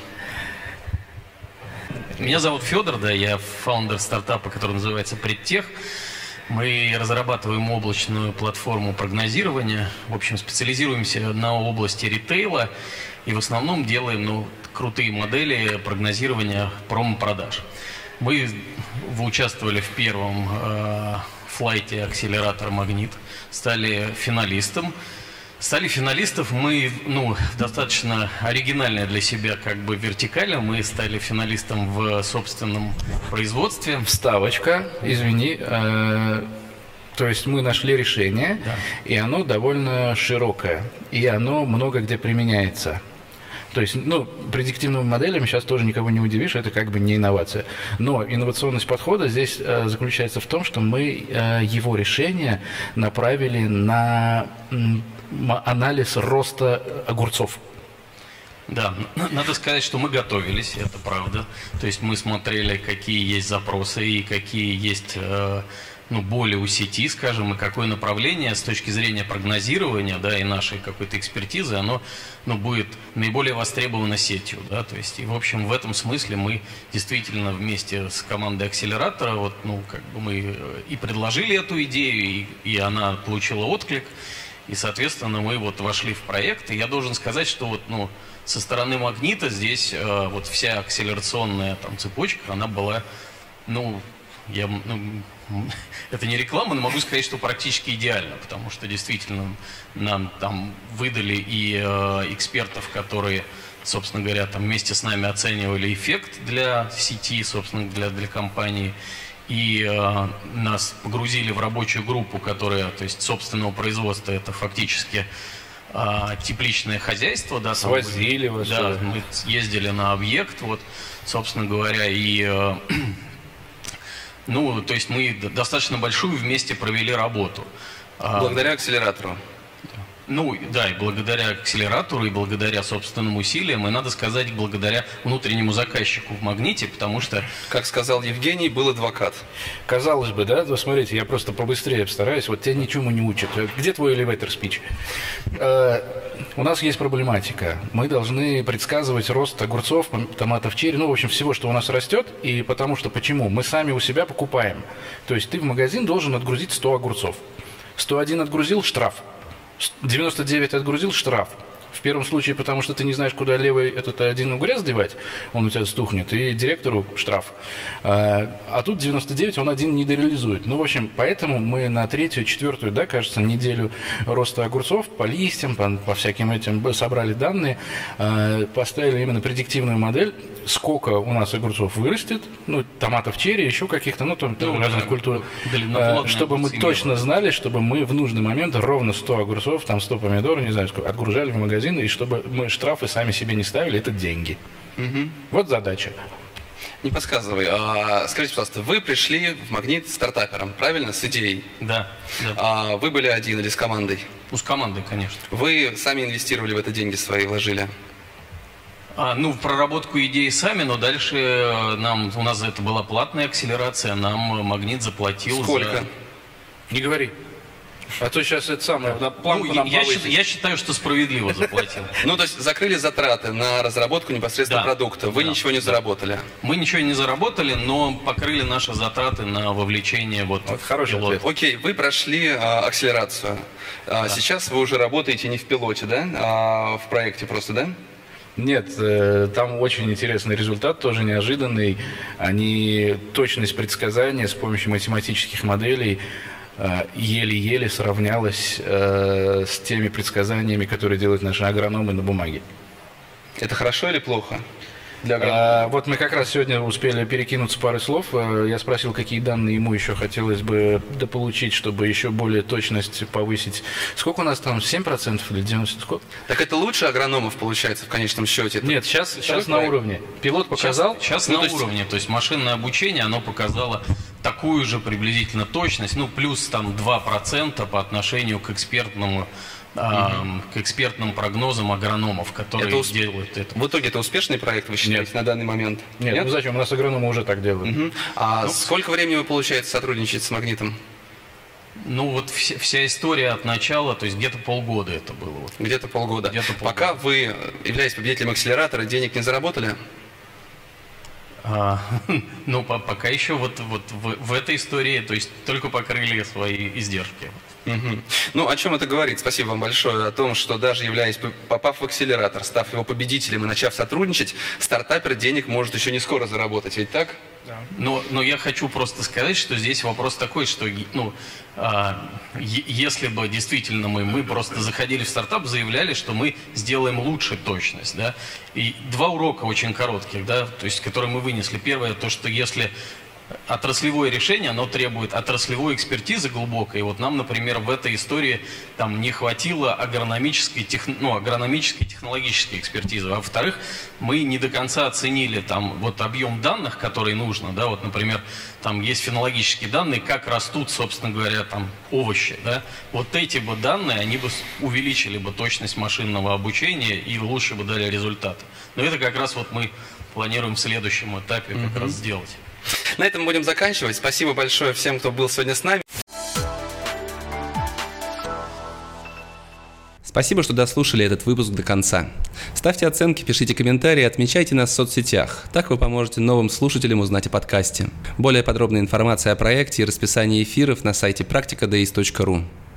Меня зовут Федор, да, я фаундер стартапа, который называется Предтех. Мы разрабатываем облачную платформу прогнозирования. В общем, специализируемся на области ритейла и в основном делаем, ну, крутые модели прогнозирования промо-продаж. Мы участвовали в первом э, флайте акселератор «Магнит», стали финалистом. Стали финалистов мы, ну, достаточно оригинальная для себя как бы вертикально. Мы стали финалистом в собственном производстве. Вставочка, извини. Э, то есть мы нашли решение, да. И оно довольно широкое, и оно много где применяется. То есть, ну, предиктивными моделями сейчас тоже никого не удивишь, это как бы не инновация. Но инновационность подхода здесь э, заключается в том, что мы э, его решение направили на м, анализ роста огурцов. Да, надо сказать, что мы готовились, это правда. То есть мы смотрели, какие есть запросы и какие есть... Э, ну, боли у сети, скажем, и какое направление с точки зрения прогнозирования, да, и нашей какой-то экспертизы, оно, ну, будет наиболее востребовано сетью, да, то есть, и, в общем, в этом смысле мы действительно вместе с командой акселератора, вот, ну, как бы мы и предложили эту идею, и, и она получила отклик, и, соответственно, мы вот вошли в проект, и я должен сказать, что вот, ну, со стороны Магнита здесь э, вот вся акселерационная там цепочка, она была, ну, я, ну, это не реклама, но могу сказать, что практически идеально, потому что действительно нам там выдали и э, экспертов, которые, собственно говоря, там вместе с нами оценивали эффект для сети, собственно, для, для компании, и э, нас погрузили в рабочую группу, которая, то есть собственного производства, это фактически э, тепличное хозяйство, да, свозили вас, да, мы ездили на объект, вот, собственно говоря, и э, ну, то есть мы достаточно большую вместе провели работу. Благодаря акселератору. Ну, да, и благодаря акселератору, и благодаря собственным усилиям, и, надо сказать, благодаря внутреннему заказчику в «Магните», потому что... Как сказал Евгений, был адвокат. Казалось бы, да? Смотрите, я просто побыстрее постараюсь, вот тебя ничему не учат. Где твой elevator speech? У нас есть проблематика. Мы должны предсказывать рост огурцов, томатов, черри, ну, в общем, всего, что у нас растет, и потому что почему? Мы сами у себя покупаем. То есть ты в магазин должен отгрузить сто огурцов. сто один отгрузил — штраф. девяносто девять отгрузил — штраф. В первом случае, потому что ты не знаешь, куда левый этот один огурец девать, он у тебя стухнет, и директору штраф. А, а тут девяносто девять он один не дореализует. Ну, в общем, поэтому мы на третью, четвертую, да, кажется, неделю роста огурцов по листьям, по, по всяким этим собрали данные, а, поставили именно предиктивную модель, сколько у нас огурцов вырастет, ну, томатов черри, еще каких-то, ну, там, ну, разных да, культур, а, чтобы мы точно знали, чтобы мы в нужный момент ровно сто огурцов, там сто помидор, не знаю, сколько, отгружали в магазин, и чтобы мы штрафы сами себе не ставили, это деньги. Угу. Вот задача. Не подсказывай. А, скажите, пожалуйста, вы пришли в «Магнит» стартапером, правильно, с идеей? Да. да. А, вы были один или с командой? Ну, с командой, конечно. Вы сами инвестировали в это деньги свои, вложили? А, ну, в проработку идеи сами, но дальше нам, у нас это была платная акселерация, нам «Магнит» заплатил. Сколько? За... Не говори. А то сейчас это самое, на планку ну, нам я, считаю, я считаю, что справедливо заплатил. Ну, то есть закрыли затраты на разработку непосредственно продукта. Вы ничего не заработали? Мы ничего не заработали, но покрыли наши затраты на вовлечение вот в пилот. Окей, вы прошли а, акселерацию. А, да. Сейчас вы уже работаете не в пилоте, да? А в проекте просто, да? Нет, там очень интересный результат, тоже неожиданный. Они точность предсказания с помощью математических моделей еле-еле сравнялась э, с теми предсказаниями, которые делают наши агрономы на бумаге. Это хорошо или плохо? Для а, вот мы как раз сегодня успели перекинуться парой слов. Я спросил, какие данные ему еще хотелось бы дополучить, чтобы еще более точность повысить. Сколько у нас там, семь процентов или девяносто процентов? Сколько? Так это лучше агрономов получается в конечном счете? Нет, сейчас, сейчас на уровне. Пилот показал? Сейчас, сейчас ну, на то есть... уровне, то есть машинное обучение, оно показало такую же приблизительно точность, ну плюс там два процента по отношению к экспертному Uh-huh. к экспертным прогнозам агрономов, которые это усп... делают это. В итоге это успешный проект, вы считаете, Нет. на данный момент? Нет, Нет? ну зачем? У нас агрономы уже так делают. Uh-huh. А ну, сколько времени вы, получается, сотрудничаете с «Магнитом»? Ну вот вся, вся история от начала, то есть где-то полгода это было. Вот. Где-то полгода. Где-то полгода. Пока вы, являясь победителем акселератора, денег не заработали? А, ну, по, пока еще вот, вот в, в этой истории, то есть только покрыли свои издержки. Угу. Ну, о чем это говорит? Спасибо вам большое. О том, что даже являясь, попав в акселератор, став его победителем и начав сотрудничать, стартапер денег может еще не скоро заработать. Ведь так? Да. Но, но я хочу просто сказать, что здесь вопрос такой, что ну, а, е- если бы действительно мы, мы просто заходили в стартап, заявляли, что мы сделаем лучше точность. Да? И два урока очень коротких, да, то есть, которые мы вынесли. Первое, то, что если отраслевое решение, оно требует отраслевой экспертизы глубокой. И вот нам, например, в этой истории там не хватило агрономической, тех, ну, агрономической технологической экспертизы. А во-вторых, мы не до конца оценили там вот объем данных, который нужно. Да? Вот, например, там есть фенологические данные, как растут, собственно говоря, там овощи. Да? Вот эти бы данные, они бы увеличили бы точность машинного обучения и лучше бы дали результаты. Но это как раз вот мы планируем в следующем этапе как mm-hmm. раз сделать. На этом будем заканчивать. Спасибо большое всем, кто был сегодня с нами. Спасибо, что дослушали этот выпуск до конца. Ставьте оценки, пишите комментарии, отмечайте нас в соцсетях. Так вы поможете новым слушателям узнать о подкасте. Более подробная информация о проекте и расписании эфиров на сайте практика дейс точка ру.